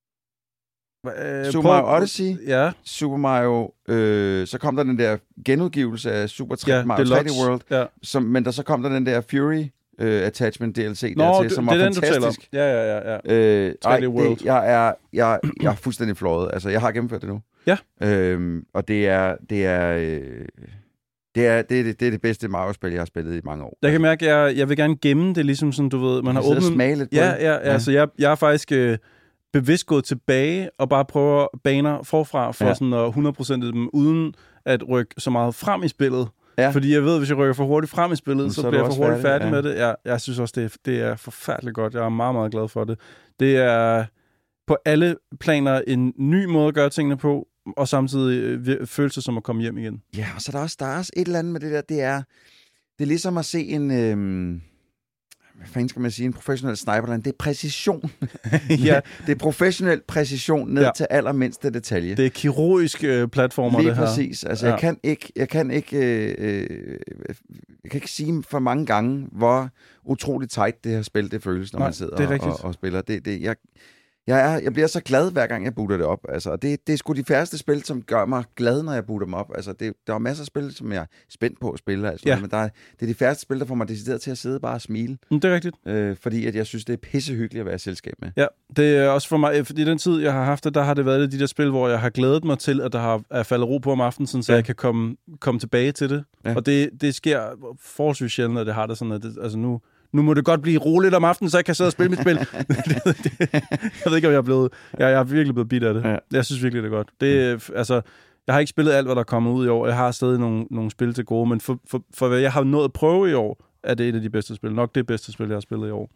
Øh, Super prøv- Mario Odyssey. Ja, Super Mario, øh, så kom der den der genudgivelse af Super tre, ja, Mario tre D Deluxe. World, Ja. som, men der så kom der den der Fury øh, Attachment D L C Nå, dertil, det, som det var er den, du taler om. fantastisk. Ja, ja, ja. ja. Øh, ej, tre D World. det, jeg, er, jeg, jeg er fuldstændig fløjet. Altså, jeg har gennemført det nu. Ja. Øhm, og det er, det er, øh, det er, det er, det, det er det bedste Mario-spil, jeg har spillet i mange år. Jeg kan mærke, at jeg, jeg vil gerne gemme det, ligesom sådan, du ved, man har sidde og åbnet... smage lidt på Ja, det. ja, ja. Altså, jeg, jeg er faktisk øh, bevidst gået tilbage og bare prøver baner forfra for Ja. ja. sådan at hundrede procent dem, uden at rykke så meget frem i spillet. Ja. Fordi jeg ved, hvis jeg rykker for hurtigt frem i spillet, Så så, er bliver du jeg for også hurtigt færdig, færdig ja. med det. Jeg, jeg synes også, det er, det er forfærdeligt godt. Jeg er meget, meget glad for det. Det er på alle planer en ny måde at gøre tingene på, og samtidig øh, vir- føles det som at komme hjem igen. Ja, og så er der også, der er også et eller andet med det der, det er, det er ligesom at se en, øhm, hvad fanden skal man sige, en professionel sniperland. Det er præcision. Ja. Det er professionel præcision ned Ja. ja. til allermindste detalje. Det er kirurgiske øh, platformer, Lige det her. præcis. Altså, Ja. jeg kan ikke, jeg kan ikke, øh, øh, jeg kan ikke sige for mange gange, hvor utroligt tight det her spil, det føles, når Nej, man sidder det er og, rigtigt. og, og spiller. Det, det, jeg, jeg, er, jeg bliver så glad, hver gang jeg booter det op. Altså, og det, det er sgu de færreste spil, som gør mig glad, når jeg booter dem op. Altså, det, der er masser af spil, som jeg er spændt på at spille. Altså, Ja. men der er, det er de færreste spil, der får mig decideret til at sidde bare og smile. Mm, det er rigtigt. Øh, fordi at jeg synes, det er pissehyggeligt at være i selskab med. Ja, det er også for mig, fordi den tid, jeg har haft det, der har det været de der spil, hvor jeg har glædet mig til, at der har er faldet ro på om aftenen, sådan, så Ja. jeg kan komme, komme tilbage til det. Ja. Og det, det sker forholdsvis sjældent, at det har det sådan, at det, altså nu, nu må det godt blive roligt om aftenen, så jeg kan sidde og spille mit spil. det, det, jeg ved ikke, om jeg er blevet... Jeg, jeg er virkelig blevet bidt af det. Ja. Jeg synes virkelig, det er godt. Det, mm. altså, jeg har ikke spillet alt, hvad der er kommet ud i år. Jeg har stadig nogle, nogle spil til gode, men for, for, for hvad jeg har nået at prøve i år, er det et af de bedste spil. Nok det bedste spil, jeg har spillet i år.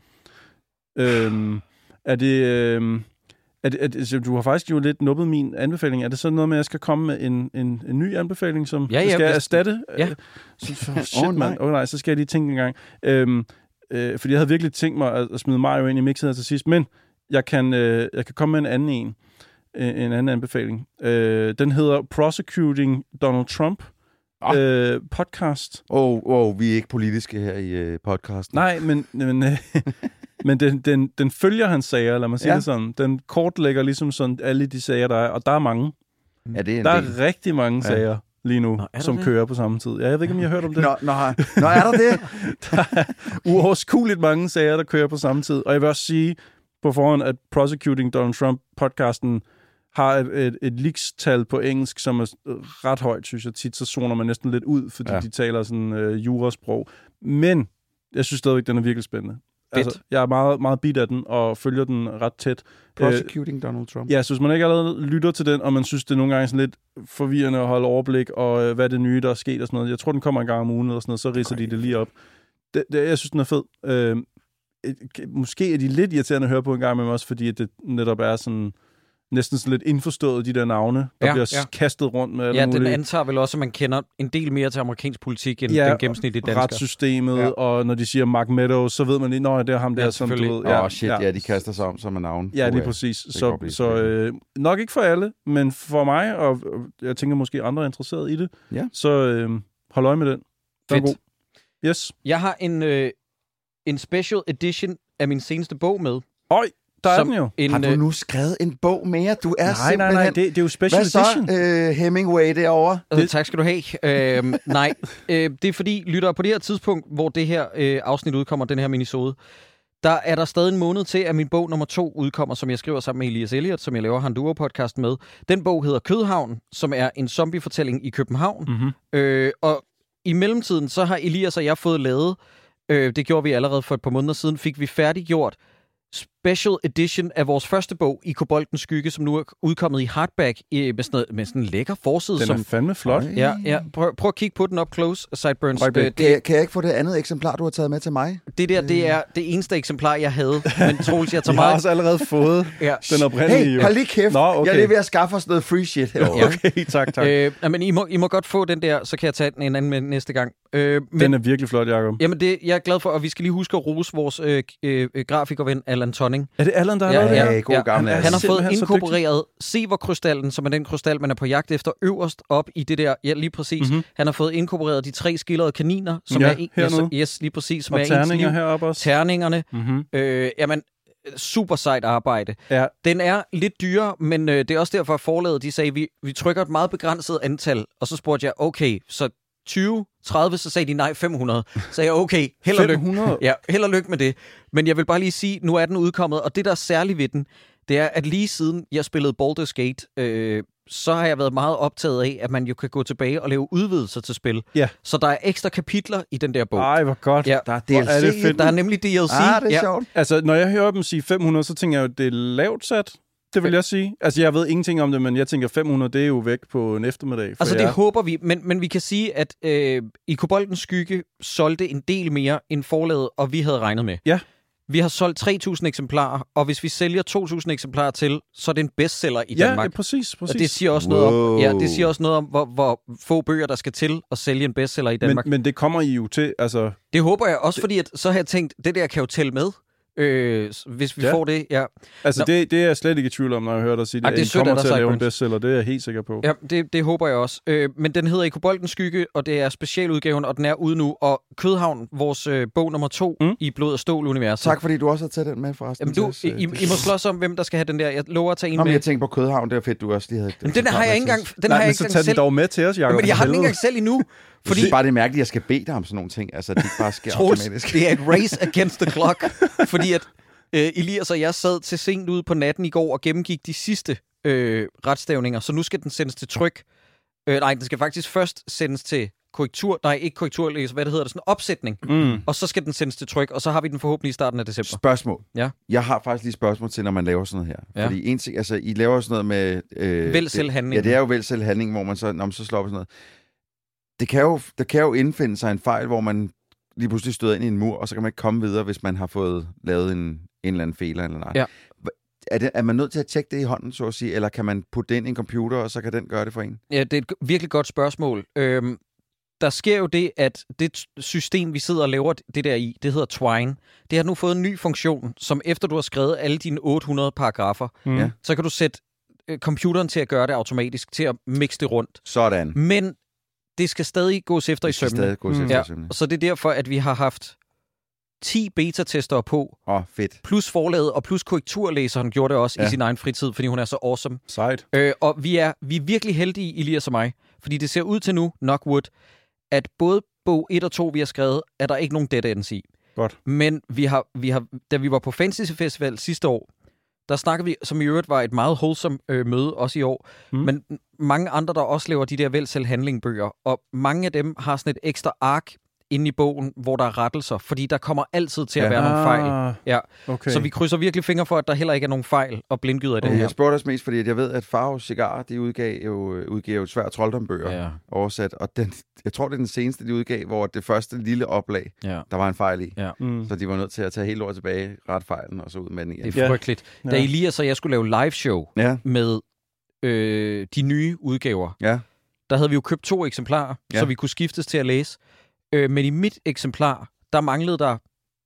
Øhm, er det... Øhm, er det, er det, du har faktisk jo lidt nubbet min anbefaling. Er det sådan noget med, at jeg skal komme med en, en, en ny anbefaling, som Ja, ja, skal jeg hvis- erstatte? ja. Øh, så, så, shit, Åh, oh, nej. mand. Åh oh, nej, så skal jeg lige tænke en gang. Øhm, øh, fordi jeg havde virkelig tænkt mig at, at smide Mario ind i mixet her til sidst, men jeg kan, øh, jeg kan komme med en anden en. Øh, en anden anbefaling. Øh, den hedder Prosecuting Donald Trump. Ah. Øh, podcast. Åh, oh, oh, vi er ikke politiske her i øh, podcasten. Nej, men, men, øh, men den, den, den følger hans sager, lad mig sige Ja. ja. det sådan. Den kortlægger ligesom sådan alle de sager, der er, og der er mange. Er det en Der del? er rigtig mange Ja. sager lige nu, Nå, er der som det? kører på samme tid. Ja, jeg ved ikke, om I har hørt om det. Nå, nå, nå, er der det? Der er uoverskueligt mange sager, der kører på samme tid. Og jeg vil også sige på forhånd, at Prosecuting Donald Trump-podcasten har et, et, et leaks-tal på engelsk, som er ret højt, synes jeg. Tit så zoner man næsten lidt ud, fordi Ja. ja. de taler sådan øh, jurasprog. Men jeg synes stadigvæk, den er virkelig spændende. Altså, jeg er meget, meget bit af den, og følger den ret tæt. Prosecuting Donald Trump. Ja, så hvis man ikke allerede lytter til den, og man synes, det er nogle gange sådan lidt forvirrende at holde overblik, og øh, hvad er det nye, der er sket og sådan noget. Jeg tror, den kommer en gang om ugen eller sådan noget, så ridser de det lige op. Det, det, jeg synes, den er fed. Øh, et, måske er de lidt irriterende at høre på en gang med mig også, fordi det netop er sådan næsten sådan lidt indforstået, de der navne, der Ja, bliver ja. kastet rundt med alle Ja, den mulige. antager vel også, at man kender en del mere til amerikansk politik, end Ja, den gennemsnitlige dansker. retssystemet, Ja. ja. og når de siger Mark Meadows, så ved man lige, nå, det er ham der, Ja, som du selvfølgelig. ved. Ja, Åh, oh, shit, ja. ja, de kaster sig om som en navn. Ja, lige Uh, præcis. kan Så, godt blive så øh, nok ikke for alle, men for mig, og, og jeg tænker måske andre er interesseret i det, Ja. så øh, hold øje med den. Den er Fedt. god. Yes. Jeg har en, øh, en special edition af min seneste bog med. Øj, der er som den jo. En, Har du øh, nu skrevet en bog mere? Du er Nej, simpelthen... nej, nej, det, det er jo special Hvad så, edition. øh, Hemingway derovre? Øh, tak skal du have. Øh, nej, øh, det er fordi, lytter på det her tidspunkt, hvor det her øh, afsnit udkommer, den her minisode, der er der stadig en måned til, at min bog nummer to udkommer, som jeg skriver sammen med Elias Elliot, som jeg laver Handuro-podcast med. Den bog hedder Kødhavn, som er en zombiefortælling i København. Mm-hmm. Øh, og i mellemtiden, så har Elias og jeg fået lavet, øh, det gjorde vi allerede for et par måneder siden, fik vi færdiggjort special edition af vores første bog, I Koboldens Skygge, som nu er udkommet i hardback i, med, sådan noget, med sådan en lækker forside. Den som, er fandme flot. ja, ja, prøv, prøv at kigge på den up close, Sideburns. Right Øh, back. Kan, jeg- kan jeg ikke få det andet eksemplar, du har taget med til mig? det der, det er det eneste eksemplar, jeg havde. Men Troels, jeg tager Jeg har meget... også allerede fået Ja. den oprindelige. Hey, jo. hold lige kæft. Nå, okay. Jeg er lige ved at skaffe os noget free shit herovre. Ja. Okay, tak, tak. Øh, nej, men I må, I må godt få den der, så kan jeg tage den en anden med næste gang. Øh, men, Den er virkelig flot, Jacob. Jamen, det jeg er glad for, og vi skal lige huske at rose vores øh, øh, grafikerven, Allan Tonning. Er det Allan, der har Ja, lavet det? Ja, god gamle Han er Han har fået simpelthen så inkorporeret Severkrystallen, som er den krystal, man er på jagt efter øverst op i det der, ja, lige præcis. Mhm. Han har fået inkorporeret de tre skildrede kaniner, som Ja, er en, hernede. yes, yes, lige præcis, som Og er ens terninger liv. heroppe også. Terningerne. Mm-hmm. Øh, jamen, super sejt arbejde. Ja, Den er lidt dyrere, men øh, det er også derfor, at forlaget de sagde, vi, vi trykker et meget begrænset antal. Og så spurgte jeg, okay, så tyve, tredive, så sagde de nej, fem hundrede. Så sagde jeg, okay, held og fem lykke. hundrede. Ja, held og lykke med det. Men jeg vil bare lige sige, nu er den udkommet, og det, der er særligt ved den, det er, at lige siden jeg spillede Baldur's Gate, øh, så har jeg været meget optaget af, at man jo kan gå tilbage og lave udvidelser til spil. Ja. Så der er ekstra kapitler i den der bog. Ej, hvor godt. Ja. Der er Hvor er det D L C. fedt. Der er nemlig D L C. Ah, det er ja. sjovt. Altså, når jeg hører dem sige fem hundrede, så tænker jeg jo, det er lavt sat. Det vil jeg sige. Altså, jeg ved ingenting om det, men jeg tænker fem hundrede, det er jo væk på en eftermiddag. For Altså, jer. det håber vi, men, men vi kan sige, at øh, I Koboldens Skygge solgte en del mere end forlaget, og vi havde regnet med. Ja. Vi har solgt tre tusind eksemplarer, og hvis vi sælger to tusind eksemplarer til, så er det en bestseller i Ja, Danmark. ja, præcis, præcis. Og det siger også noget om, Wow. ja, det siger også noget om hvor, hvor få bøger, der skal til at sælge en bestseller i Danmark. men, men det kommer I jo til, altså... Det håber jeg også, fordi at, så har jeg tænkt, det der kan jo tælle med, øh, hvis vi Ja. får det. Ja, Altså, Nå. det, det er jeg slet ikke i tvivl om, når jeg hører dig sige det. Ej, det er at I sødt af kommer dig, til at lave en Sideburns. bestseller, det er jeg helt sikker på. ja det, det håber jeg også. Øh, men den hedder I Koboldens Skygge, og det er specialudgaven, og den er ude nu. Og Kødhavn, vores øh, bog nummer to Mm. i Blod og Stål-universet. Tak, fordi du også har taget den med, forresten. Jamen, du, til I, os, I, øh, I må slås om, hvem der skal have den der. Jeg lover at tage en Nå, men med. jeg tænkte på Kødhavn, det var fedt, du også lige havde... Men den har jeg ikke engang, den Nej, har jeg men ikke så engang tag den selv. dog med til os, Jacob. Men jeg for har den ikke helvede. engang selv endnu. Fordi... Fordi, Jeg synes bare, det er mærkeligt, at jeg skal bede dig om sådan nogle ting. Altså, det bare sker Troels, automatisk. det er et race against the clock. Fordi at øh, Elias og jeg sad til sent ude på natten i går og gennemgik de sidste øh, retstavninger, så nu skal den sendes til tryk. Øh, nej, den skal faktisk først sendes til korrektur. Nej, ikke korrekturlæser, hvad det hedder, det er sådan en opsætning. Mm. Og så skal den sendes til tryk, og så har vi den forhåbentlig i starten af december. Spørgsmål. Ja. Jeg har faktisk lige spørgsmål til, når man laver sådan noget her. Ja. Fordi en ting, altså, I laver sådan noget med... Øh, Vælg selv handlingen. Det, ja, det er jo vælg selv handling, hvor man så, når man så slår op og sådan noget. Det kan jo, der kan jo indfinde sig en fejl, hvor man lige pludselig støder ind i en mur, og så kan man ikke komme videre, hvis man har fået lavet en, en eller anden fejl eller nej. Ja. Er, det, er man nødt til at tjekke det i hånden, så at sige, eller kan man putte det ind i en computer, og så kan den gøre det for en? Ja, det er et virkelig godt spørgsmål. Øhm, der sker jo det, at det system, vi sidder og laver det der i, det hedder Twine. Det har nu fået en ny funktion, som efter du har skrevet alle dine otte hundrede paragrafer, Mm. Ja. så kan du sætte øh, computeren til at gøre det automatisk, til at mixe det rundt. Sådan. Men det skal stadig gås efter i Det skal sømmene. stadig gå Mm. efter Ja, i sømmene. og så det er derfor, at vi har haft ti beta-testere på, Åh, oh, fedt. plus forlaget og plus korrekturlæseren gjorde det også Ja. i sin egen fritid, fordi hun er så awesome. Sejt. Øh, og vi er, vi er virkelig heldige, Elias og mig, fordi det ser ud til nu, knock wood, at både bog et og to, vi har skrevet, er der ikke nogen dead ends i. Godt. Men vi har, vi har, da vi var på Fantasy Festival sidste år, der snakkede vi, som i øvrigt var et meget wholesome øh, møde, også i år, Mm. mm. men mange andre, der også laver de der vælg selv handlingbøger, og mange af dem har sådan et ekstra ark inde i bogen, hvor der er rettelser, fordi der kommer altid til at Ja. være nogle fejl. Ah, Ja. okay. Så vi krydser virkelig fingre for, at der heller ikke er nogen fejl og blindgyder i det Okay. her. Jeg spurgte også mest, fordi at jeg ved, at Farve Cigar, de udgav jo, udgav jo svært troldombøger Ja. oversat, og den, jeg tror, det er den seneste, de udgav, hvor det første lille oplag, Ja. der var en fejl i. Ja. Mm. Så de var nødt til at tage helt ord tilbage, ret fejlen, og så ud med den igen. Det er frygteligt. Ja. Da Elias og jeg skulle lave live show Ja, med øh, de nye udgaver, ja. der havde vi jo købt to eksemplarer, Ja. så vi kunne skiftes til at læse. Øh, men i mit eksemplar, der manglede der,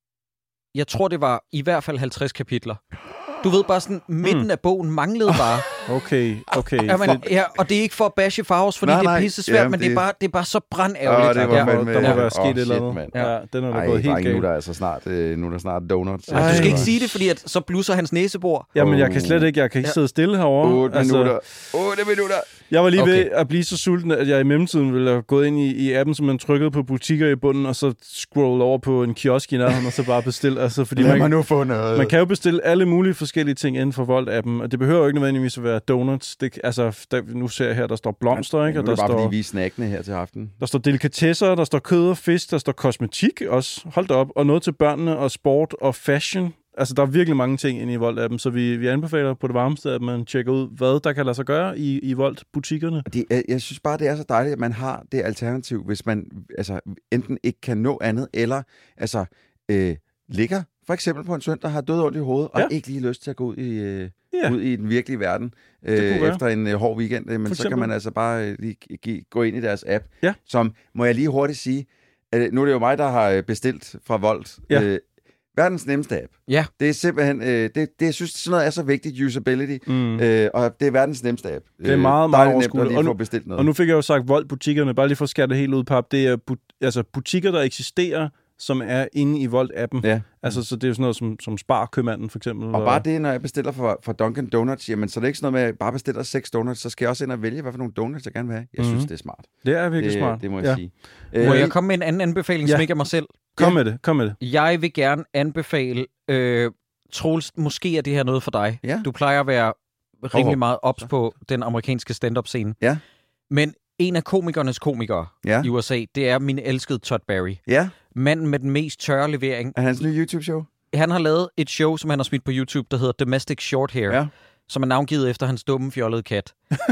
jeg tror det var i hvert fald halvtreds kapitler. Du ved bare sådan, midten Hmm. af bogen manglede bare. Okay, okay. Ja, men, ja, og det er ikke for at bashe Farves, fordi Nej, det er nej. pisse svært, Jamen, men det... det, er det- bare, det er bare så brandærgerligt. Åh, det var ja. der, må, fandme- der må ja. være Åh, sket et eller shit, andet. mand. Ja, ja, den er da Ej, gået helt drenge, nu er galt. der altså snart, øh, nu er der snart donuts. Ej, du skal ikke Altså, sige det, fordi at, så blusser hans næsebor. Jamen, jeg kan slet ikke, jeg kan ikke Ja. sidde stille herovre. Otte minutter. Otte minutter. Jeg var lige Okay. ved at blive så sulten, at jeg i mellemtiden ville have gået ind i, i appen, så man trykkede på butikker i bunden, og så scrollede over på en kiosk i nærheden, og så bare bestille. Altså, fordi Lad mig man, nu få noget. man kan jo bestille alle mulige forskellige ting inden for Volt-appen, og det behøver jo ikke nødvendigvis at være donuts. Det, altså, der, nu ser jeg her, der står blomster, ikke? Nu Og er der det bare, står, fordi vi er snakkende her til aften. der står delikatesser, der står kød og fisk, der står kosmetik også. Hold da op. Og noget til børnene, og sport og fashion. Altså, der er virkelig mange ting inde i Volt-appen, så vi, vi anbefaler på det varmeste, at man tjekker ud, hvad der kan lade sig gøre i, i Volt-butikkerne. Det, jeg, jeg synes bare, det er så dejligt, at man har det alternativ, hvis man altså, enten ikke kan nå andet, eller altså, øh, ligger for eksempel på en søn, der har død ondt i hovedet, og Ja. ikke lige lyst til at gå ud i, øh, Ja. ud i den virkelige verden kunne øh, være. efter en øh, hård weekend. Øh, men For så kan eksempel. man altså bare øh, lige give, gå ind i deres app, Ja. som, må jeg lige hurtigt sige, øh, nu er det jo mig, der har øh, bestilt fra Volt, Ja. øh, verdens nemmeste app. Ja. Det er simpelthen, øh, det, det, jeg synes, sådan noget er så vigtigt, usability, Mm. øh, og det er verdens nemmeste app. Det er meget, meget dejligt nemt at overskueligt. lige Og få nu- bestilt noget. Og nu fik jeg jo sagt Volt-butikkerne, bare lige for at skære det helt ud, pap. Det er bu- altså butikker, der eksisterer, som er inde i Volt-appen. Ja. Altså, så det er jo sådan noget som, som Spar-købmanden, for eksempel. Og bare det, når jeg bestiller fra, fra Dunkin' Donuts, jamen, så er det ikke sådan noget med, at jeg bare bestiller seks donuts, så skal jeg også ind og vælge, hvad for nogle donuts jeg gerne vil have. Jeg synes, Mhm. det er smart. Det er virkelig det, smart. Det må jeg ja. sige. Må Øh, jeg komme med en anden anbefaling, Ja. som ikke er mig selv? Kom med det, kom med det. Jeg vil gerne anbefale, øh, Troels, måske er det her noget for dig. Ja. Du plejer at være rimelig hov. meget ops på den amerikanske stand-up-scene. Ja. Men en af komikernes komikere Ja. i U S A, det er min elskede Todd Barry. Ja, Manden med den mest tørre levering. er hans nye YouTube-show? Han har lavet et show, som han har smidt på YouTube, der hedder Domestic Short Hair, Ja. som er navngivet efter hans dumme, fjollede kat.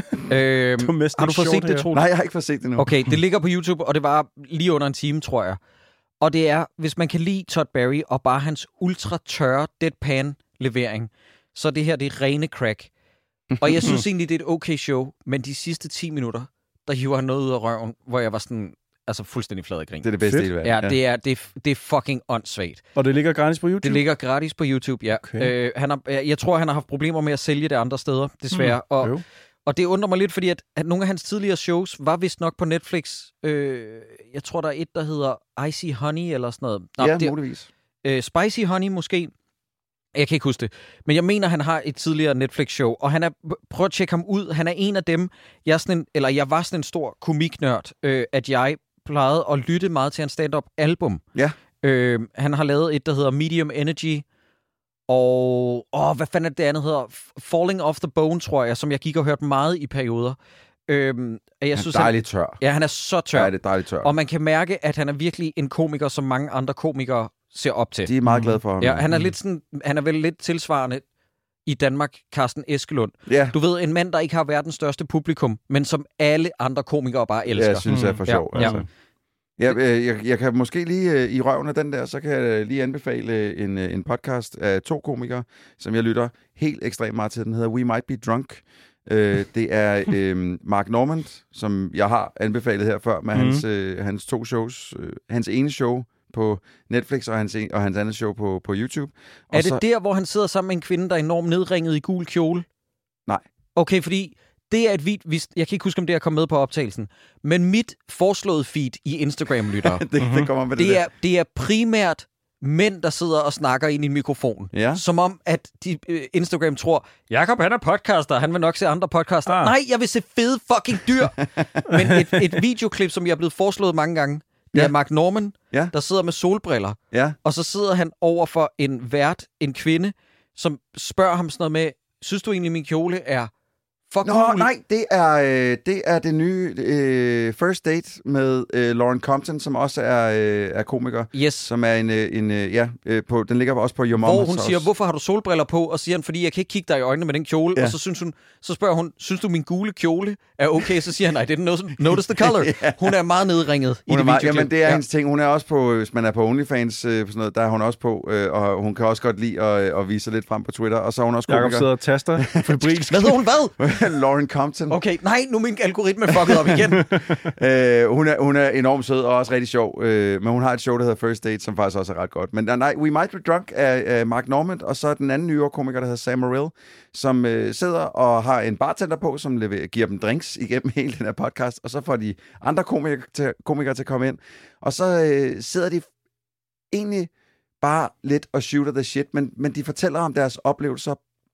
øhm, Domestic har du fået Short set det, Hair. Troels? Nej, jeg har ikke fået set det nu. Okay, det ligger på YouTube, og det var lige under en time, tror jeg. Og det er, hvis man kan lide Todd Barry og bare hans ultra tørre deadpan-levering, så det her, det er rene crack. Og jeg synes egentlig, det er et okay show, men de sidste ti minutter, der hiver han noget ud af røven, hvor jeg var sådan, altså fuldstændig flad af grin. Det er det bedste Fedt. i verden. Ja, det er, det, er, det er fucking åndssvagt. Og det ligger gratis på YouTube? Det ligger gratis på YouTube, ja. Okay. Øh, han har, jeg tror, han har haft problemer med at sælge det andre steder, desværre. Mm, og, Jo. og det undrer mig lidt, fordi at, at nogle af hans tidligere shows var vist nok på Netflix. Øh, jeg tror, der er et, der hedder Icy Honey eller sådan noget. Nå, Ja, det, muligvis. øh, Spicy Honey måske. Jeg kan ikke huske det. Men jeg mener, han har et tidligere Netflix-show, og han er, prøv at tjekke ham ud. Han er en af dem, jeg, er sådan en, eller jeg var sådan en stor komiknørd, øh, at jeg plejede at lytte meget til hans stand-up-album. Ja. Øh, han har lavet et, der hedder Medium Energy, og åh, hvad fanden er det andet hedder? Falling Off the Bone, tror jeg, som jeg gik og hørte meget i perioder. Øh, jeg Han er synes, dejligt tør. han, ja, han er så tør. Ja, det er dejligt tør. Og man kan mærke, at han er virkelig en komiker, som mange andre komikere ser op til. De er meget glade for ham. Ja, han er lidt sådan, han er vel lidt tilsvarende i Danmark, Carsten Eskelund. Ja, Du ved, en mand, der ikke har verdens største publikum, men som alle andre komikere bare elsker. jeg synes, det er for Mm. sjov. Ja, ja. Altså. Ja, øh, jeg, jeg kan måske lige øh, i røven af den der, så kan jeg lige anbefale en, øh, en podcast af to komikere, som jeg lytter helt ekstremt meget til. Den hedder We Might Be Drunk. Øh, det er øh, Mark Normand, som jeg har anbefalet her før, med Mhm. hans, øh, hans to shows. Øh, hans ene show på Netflix, og hans, en, og hans andet show på, på YouTube. Og Er det så, der, hvor han sidder sammen med en kvinde, der er enormt nedringet i gul kjole? Nej. Okay, fordi det er et vid... Jeg kan ikke huske, om det er kommet med på optagelsen. Men mit foreslåede feed i Instagram-lyttere, det, det kommer med det, det, der. er, det er primært mænd, der sidder og snakker ind i en mikrofon. Ja. Som om, at de, øh, Instagram tror, Jakob, han er podcaster, han vil nok se andre podcaster. Ah. Nej, jeg vil se fede fucking dyr. Men et, et videoklip, som jeg er blevet foreslået mange gange, det Ja. er Mark Norman, Ja. der sidder med solbriller. Ja. Og så sidder han over for en vært, en kvinde, som spørger ham sådan noget med, synes du egentlig, min kjole er Fuck Nå, cool. nej, det er, øh, det er det nye øh, First Date med øh, Lauren Compton, som også er, øh, er komiker. Yes. Som er en, øh, en øh, ja, øh, på, den ligger også på Your Mom. Hvor hun siger, hvorfor har du solbriller på? Og siger han, fordi jeg kan ikke kigge dig i øjnene med den kjole. Ja. Og så, synes hun, så spørger hun, synes du min gule kjole er okay? Så siger han, nej, det er den notice the color. Ja. Hun er meget nedringet hun i det meget, videoklip. Jamen, det er ja. hendes ting. Hun er også på, hvis man er på OnlyFans, øh, sådan noget, der er hun også på. Øh, og hun kan også godt lide at, at vise sig lidt frem på Twitter. Og så er hun også komiker. Jakob sidder og taster febrilsk. Hvad hedder hun hvad? Lauren Compton. Okay, nej, nu er min algoritme fucket op igen. øh, hun, er, hun er enormt sød og også rigtig sjov. Øh, men hun har et show, der hedder First Date, som faktisk også er ret godt. Men nej, We Might Be Drunk er, er Mark Normand, og så den anden New York-komiker, der hedder Sam Morril, som øh, sidder og har en bartender på, som leverer, giver dem drinks igennem hele den her podcast, og så får de andre komikere til, komikere til at komme ind. Og så øh, sidder de egentlig bare lidt og shooter the shit, men, men de fortæller om deres oplevelser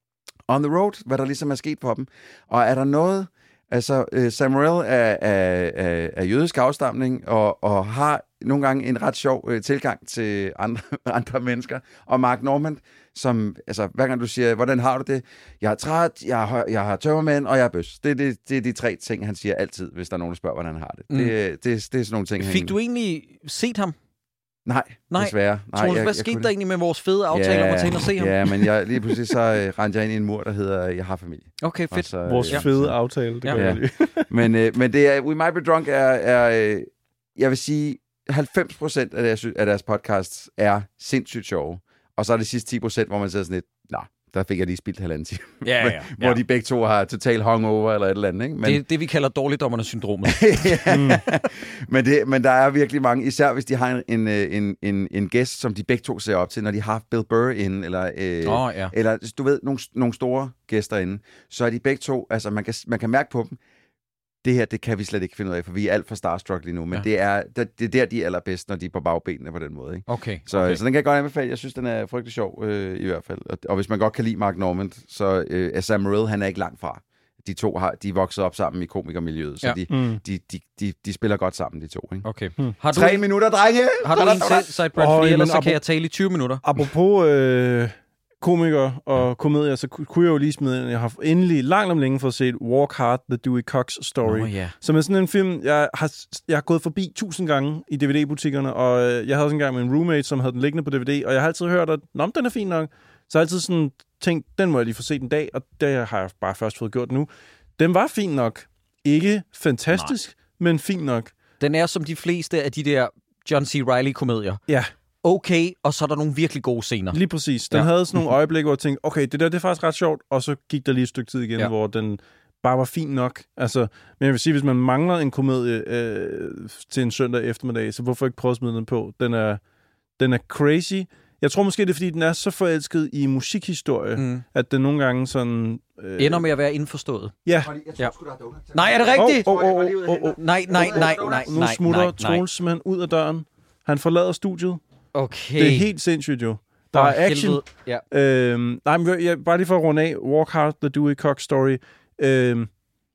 on the road, hvad der ligesom er sket for dem. Og er der noget... Altså, øh, Sam Morril er, er, er, er jødisk afstamning, og, og har nogle gange en ret sjov øh, tilgang til andre, andre mennesker. Og Mark Normand, som, altså, hver gang du siger, hvordan har du det? Jeg er træt, jeg har, jeg har tømmermænd, og jeg er bøs. Det, det, det er de tre ting, han siger altid, hvis der er nogen, der spørger, hvordan han har det. Mm. Det, det, det er sådan nogle ting, Fik du egentlig set ham? Nej, Nej. desværre. Nej, Troels, jeg, hvad jeg skete kunne... der egentlig med vores fede aftale ja, om at tage ind og se ham? Ja, men jeg, lige pludselig så øh, rendte jeg ind i en mur, der hedder, jeg har familie. Okay, fedt. Så, Vores ja, fede så... aftale, det Ja. gør jeg lige. men, øh, men det er, We Might Be Drunk er, er øh, jeg vil sige, halvfems procent af deres, af deres podcast er sindssygt sjove. Og så er det sidste ti procent, hvor man sidder sådan lidt, nå, der fik jeg lige spildt halvanden time. Ja, ja, hvor ja. de begge to har total hungover eller et eller andet. Ikke? Men, Det er det, vi kalder dårligdommerne-syndromet. ja. mm. men, det, men der er virkelig mange, især hvis de har en, en, en, en gæst, som de begge to ser op til, når de har haft Bill Burr inde, eller, øh, oh, ja. eller du ved, nogle, nogle store gæster inde, så er de begge to, altså man kan, man kan mærke på dem, det her, det kan vi slet ikke finde ud af, for vi er alt for starstruck lige nu, men ja. det, er, det, det er der, de er allerbedst, når de er på bagbenene på den måde. Ikke? Okay. Så, okay. så den kan jeg godt anbefale. Jeg synes, den er frygtelig sjov, øh, i hvert fald. Og, og hvis man godt kan lide Mark Normand, så øh, er Sam Morril, han er ikke langt fra. De to har, de er vokset op sammen i komikermiljøet, så ja. de, mm. de, de, de, de spiller godt sammen, de to. Ikke? Okay. Hmm. Har du Tre en, minutter, drenge! Har du en til, Sideburn? Åh, Fordi jamen, ellers så ap- kan jeg tale i tyve minutter. Apropos øh, komikere og komedier, så kunne jeg jo lige smide ind. Jeg har endelig langt om længe fået set Walk Hard, The Dewey Cox Story. Oh, yeah. Som er sådan en film, jeg har, jeg har gået forbi tusind gange i D V D-butikkerne, og øh, jeg havde også engang med en roommate, som havde den liggende på D V D, og jeg har altid hørt, at Nå, den er fin nok. Så jeg har altid sådan tænkt, den må jeg lige få set en dag, og det har jeg bare først fået gjort nu. Den var fin nok. Ikke fantastisk, Nej. men fin nok. Den er som de fleste af de der John C. Reilly-komedier. Ja. Okay, og så er der nogle virkelig gode scener. Lige præcis. Den ja. havde sådan nogle øjeblikke, hvor jeg tænkte, okay, det der det er faktisk ret sjovt, og så gik der lige et stykke tid igen, ja. hvor den bare var fin nok. Altså, men jeg vil sige, hvis man mangler en komedie øh, til en søndag eftermiddag, så hvorfor ikke prøve at smide den på? Den er, den er crazy. Jeg tror måske, det er, fordi den er så forelsket i musikhistorie, mm. at den nogle gange sådan... Øh... ender med at være indforstået. Ja. ja. Nej, er det rigtigt? Oh, oh, oh, oh, oh. Nej, nej, nej, nej, nu smutter Troels simpelthen ud af døren. Han forlader studiet. Okay. Det er helt sindssygt jo. Der oh, er action. Ja. Øhm, nej, men jeg, bare lige for at runde af. Walk Hard, The Dewey Cox Story. Øhm,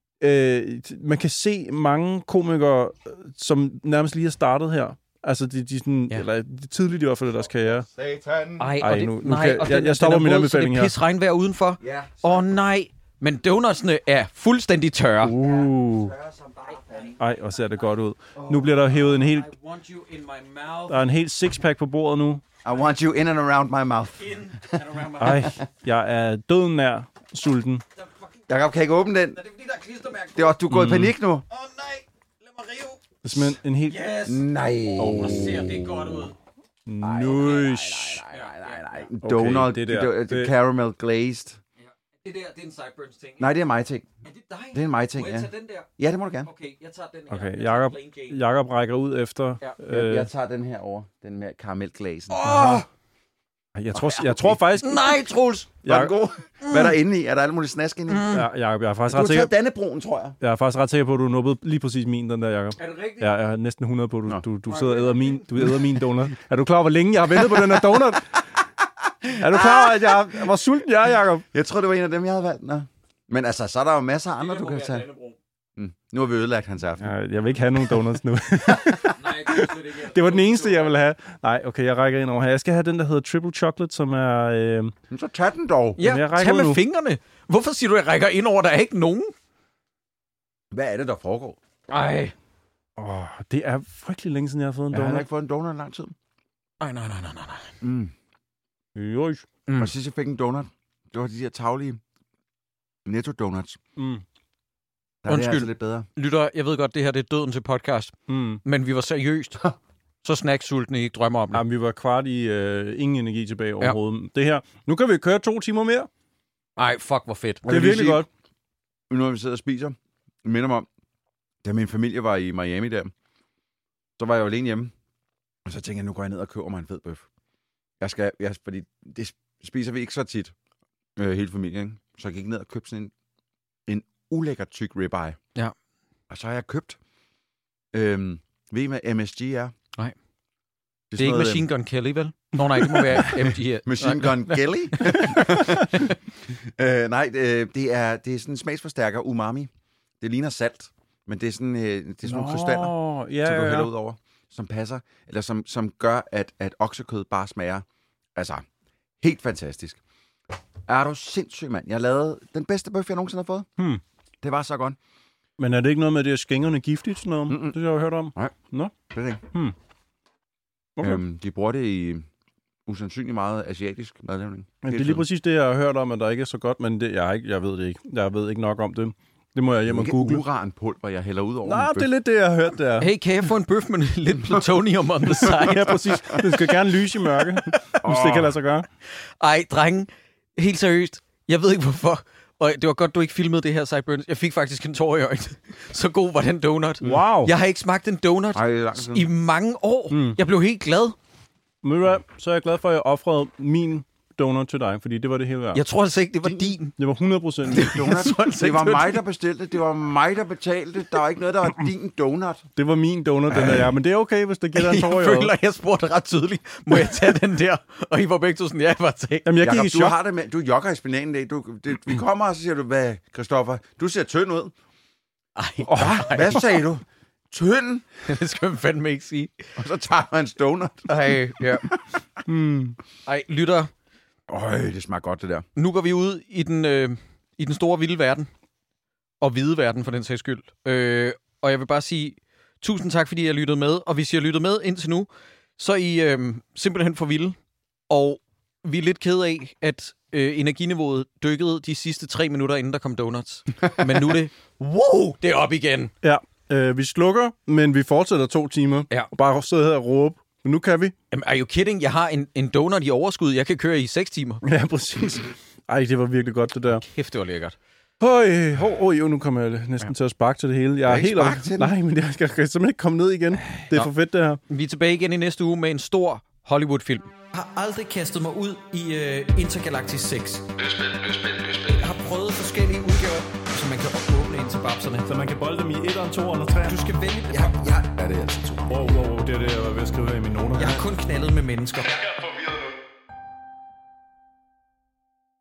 øh, man kan se mange komikere, som nærmest lige har startet her. Altså, de, de sådan, ja. eller de tidligt i hvert fald i deres karriere. Satan! Ej, Ej, og det, nu, nu nej, kan, og jeg, den, jeg stopper min anbefaling her. Så det er pis regnvejr udenfor? Åh Ja. oh, nej, men donutsene er fuldstændig tørre. Uh. Ej, og ser det godt ud. Nu bliver der hævet en helt... Der er en helt sixpack på bordet nu. I want you in and around my mouth. Ej, jeg er døden nær sulten. Jakob, kan jeg ikke åbne den? Det er fordi, der er klistermærke. Det er også, du er gået mm. i panik nu. Åh oh, nej, lad mig rive. Det er simpelthen en helt... Yes. Nej. Oh. Og ser det godt ud. Nøs. Nej, nej, nej, nej. Donut, okay, det der, det, det, caramel glazed. Det der, det er en Sideburns ting. Nej, det er mig ting. Er det dig? Det er en mig ting, ja. Må jeg tage den der? Ja, det må du gerne. Okay, jeg tager den her. Okay, Jakob, Jakob rækker ud efter... Ja. Øh, jeg, jeg tager den her over. Den med karamelglasen. Åh! Oh! Jeg tror, jeg tror faktisk... Nej, Troels! Var den god? Hvad er der inde i? Er der alle mulige snask inde i? Mm. Ja, Jacob, jeg er faktisk du ret sikker... Du har taget Dannebroen, tror jeg. Jeg er faktisk ret sikker på, at du nubbede lige præcis min, den der, Jacob. Er det rigtigt? Ja, jeg er næsten hundrede på, at du, du, du sidder og æder min, du æder min donut. Er du klar over, hvor længe jeg har ventet på den her donut? Er du klar over, at jeg var sulten, jeg er, Jacob? Jeg tror, det var en af dem, jeg havde valgt. Nå. Men altså, så er der jo masser af andre, du kan tage. Mm. Nu har vi ødelagt hans aften. Ja, jeg vil ikke have nogen donuts nu. Nej, det, det var den eneste, jeg ville have. Nej, okay, jeg rækker ind over her. Jeg skal have den, der hedder Triple Chocolate, som er... Øh... Men så tag den dog. Ja, jeg tag med nu. fingrene. Hvorfor siger du, at jeg rækker ind over, der er ikke nogen? Hvad er det, der foregår? Ej. Åh, det er frygtelig længe siden, jeg har fået en Jeg har donut. heller ikke fået en donut i lang tid. Ej, nej, nej, nej, nej, nej. Mm. Jo. Mm. Og sidst jeg fik en donut, det var de der taglige Netto Donuts. Mm. Der er Undskyld. det altså lidt bedre. Lytter, jeg ved godt, det her det er døden til podcast, Mm. men vi var seriøst så snacksultne, I ikke drømmer om det. Jamen, vi var kvart i øh, ingen energi tilbage overhovedet. Ja. Det her, nu kan vi køre to timer mere. Ej, fuck, hvor fedt. Det er virkelig godt. Nu når vi sidder og spiser, jeg minder mig om, da min familie var i Miami der, så var jeg jo alene hjemme. Og så tænkte jeg, nu går jeg ned og køber mig en fed bøf. Jeg skal, jeg, fordi det spiser vi ikke så tit, øh, hele familien. Ikke? Så jeg gik ned og købte sådan en, ulækker tyk ribeye. Ja. Og så har jeg købt... Øhm, ved I, hvad M S G er? Nej. Det er, det er ikke noget, Machine Gun Kelly, vel? Nå nej, det må være M G her. Machine Gun Kelly? øh, nej, det, det, er, det er sådan en smagsforstærker umami. Det ligner salt, men det er sådan, øh, det er sådan nogle krystaller, ja, som du ja, hælder ja. ud over, som passer, eller som, som gør, at, at oksekød bare smager. Altså, helt fantastisk. Er du sindssyg, mand? Jeg lavede den bedste bøf, jeg nogensinde har fået. Hmm. Det var så godt. Men er det ikke noget med, at det er skængerne giftigt? Sådan noget? Mm-mm. Det har jeg jo hørt om. Nej. Nå? Det er det ikke. Hmm. Okay. Øhm, de bruger det i usandsynligt meget asiatisk madlavning. Men det er lige præcis det, jeg har hørt om, at der ikke er så godt, men det, jeg, er ikke, jeg ved det ikke. Jeg ved ikke nok om det. Det må jeg hjem og ikke google. uranpulver, jeg hælder ud over Nej, min det bøf. er lidt det, jeg har hørt der. Hey, kan jeg få en bøf med lidt plutonium on the side? Ja, præcis. Den skal gerne lyse i mørke, hvis det kan lade sig gøre. Ej, drenge, helt seriøst. Jeg ved ikke hvorfor. Og det var godt, du ikke filmede det her, Sideburns. Jeg fik faktisk en tår i øjnene. Så god var den donut. Wow. Jeg har ikke smagt en donut Ej, det er lang tid. i mange år. Mm. Jeg blev helt glad. Men ved du hvad, så er jeg glad for, at jeg offrede min donut til dig, fordi det var det hele værd. Jeg tror altså ikke, det var din. Det var hundrede procent. Donut. tror altså Det ikke, var det var mig, der bestilte. Det var mig, der betalte. Der var ikke noget, der var din donut. Det var min donut, den der, ja. Men det er okay, hvis der giver dig en tår i Jeg øjet. føler, jeg spurgte ret tydeligt. Må jeg tage den der? Og I var begge to sådan, ja, jeg var til. Jamen, jeg gik Jacob, i du chok. har det med, du jogger i spinaten i dag. Du, det, vi kommer, og så siger du, hvad, Christoffer? Du ser tynd ud. Ej, Hvad? Hvad sagde du? Tynd? det skal man fandme ikke sige. Og så tager man en donut. Ej, ja. Mm. Ej, lytter. Øj, det smager godt, det der. Nu går vi ud i den, øh, i den store vilde verden. Og hvide verden, for den sags skyld. Øh, og jeg vil bare sige, tusind tak, fordi I har lyttet med. Og hvis I har lyttet med indtil nu, så er I øh, simpelthen for vilde. Og vi er lidt kede af, at øh, energiniveauet dykkede de sidste tre minutter, inden der kom donuts. Men nu er det, wow, det er op igen. Ja, øh, vi slukker, men vi fortsætter to timer. Ja. Og bare sidde her og råbe. Men nu kan vi. Jamen, are you kidding? Jeg har en, en donut i overskud. Jeg kan køre i seks timer. Ja, præcis. Ej, det var virkelig godt, det der. Kæft, det var lækkert. Høj, hov, oh, jo, nu kommer jeg næsten ja. til at sparke til det hele. Jeg er ikke helt sparke til den? Nej, men jeg skal, jeg kan simpelthen ikke komme ned igen. Det er Nå. for fedt, det her. Vi er tilbage igen i næste uge med en stor Hollywood-film. Jeg har aldrig kastet mig ud i uh, Intergalactic seks. Løsspil, løsspil, løsspil. Jeg har prøvet forskellige udgaver, så man kan åbne ind til babserne. Så man kan bolde dem i etteren, toeren og treeren. Du skal vælge det. Ja, ja, er det altså to. Wow, wow, wow, det er det, jeg var ved at skrive her i mine noter. Jeg har kun knaldet med mennesker.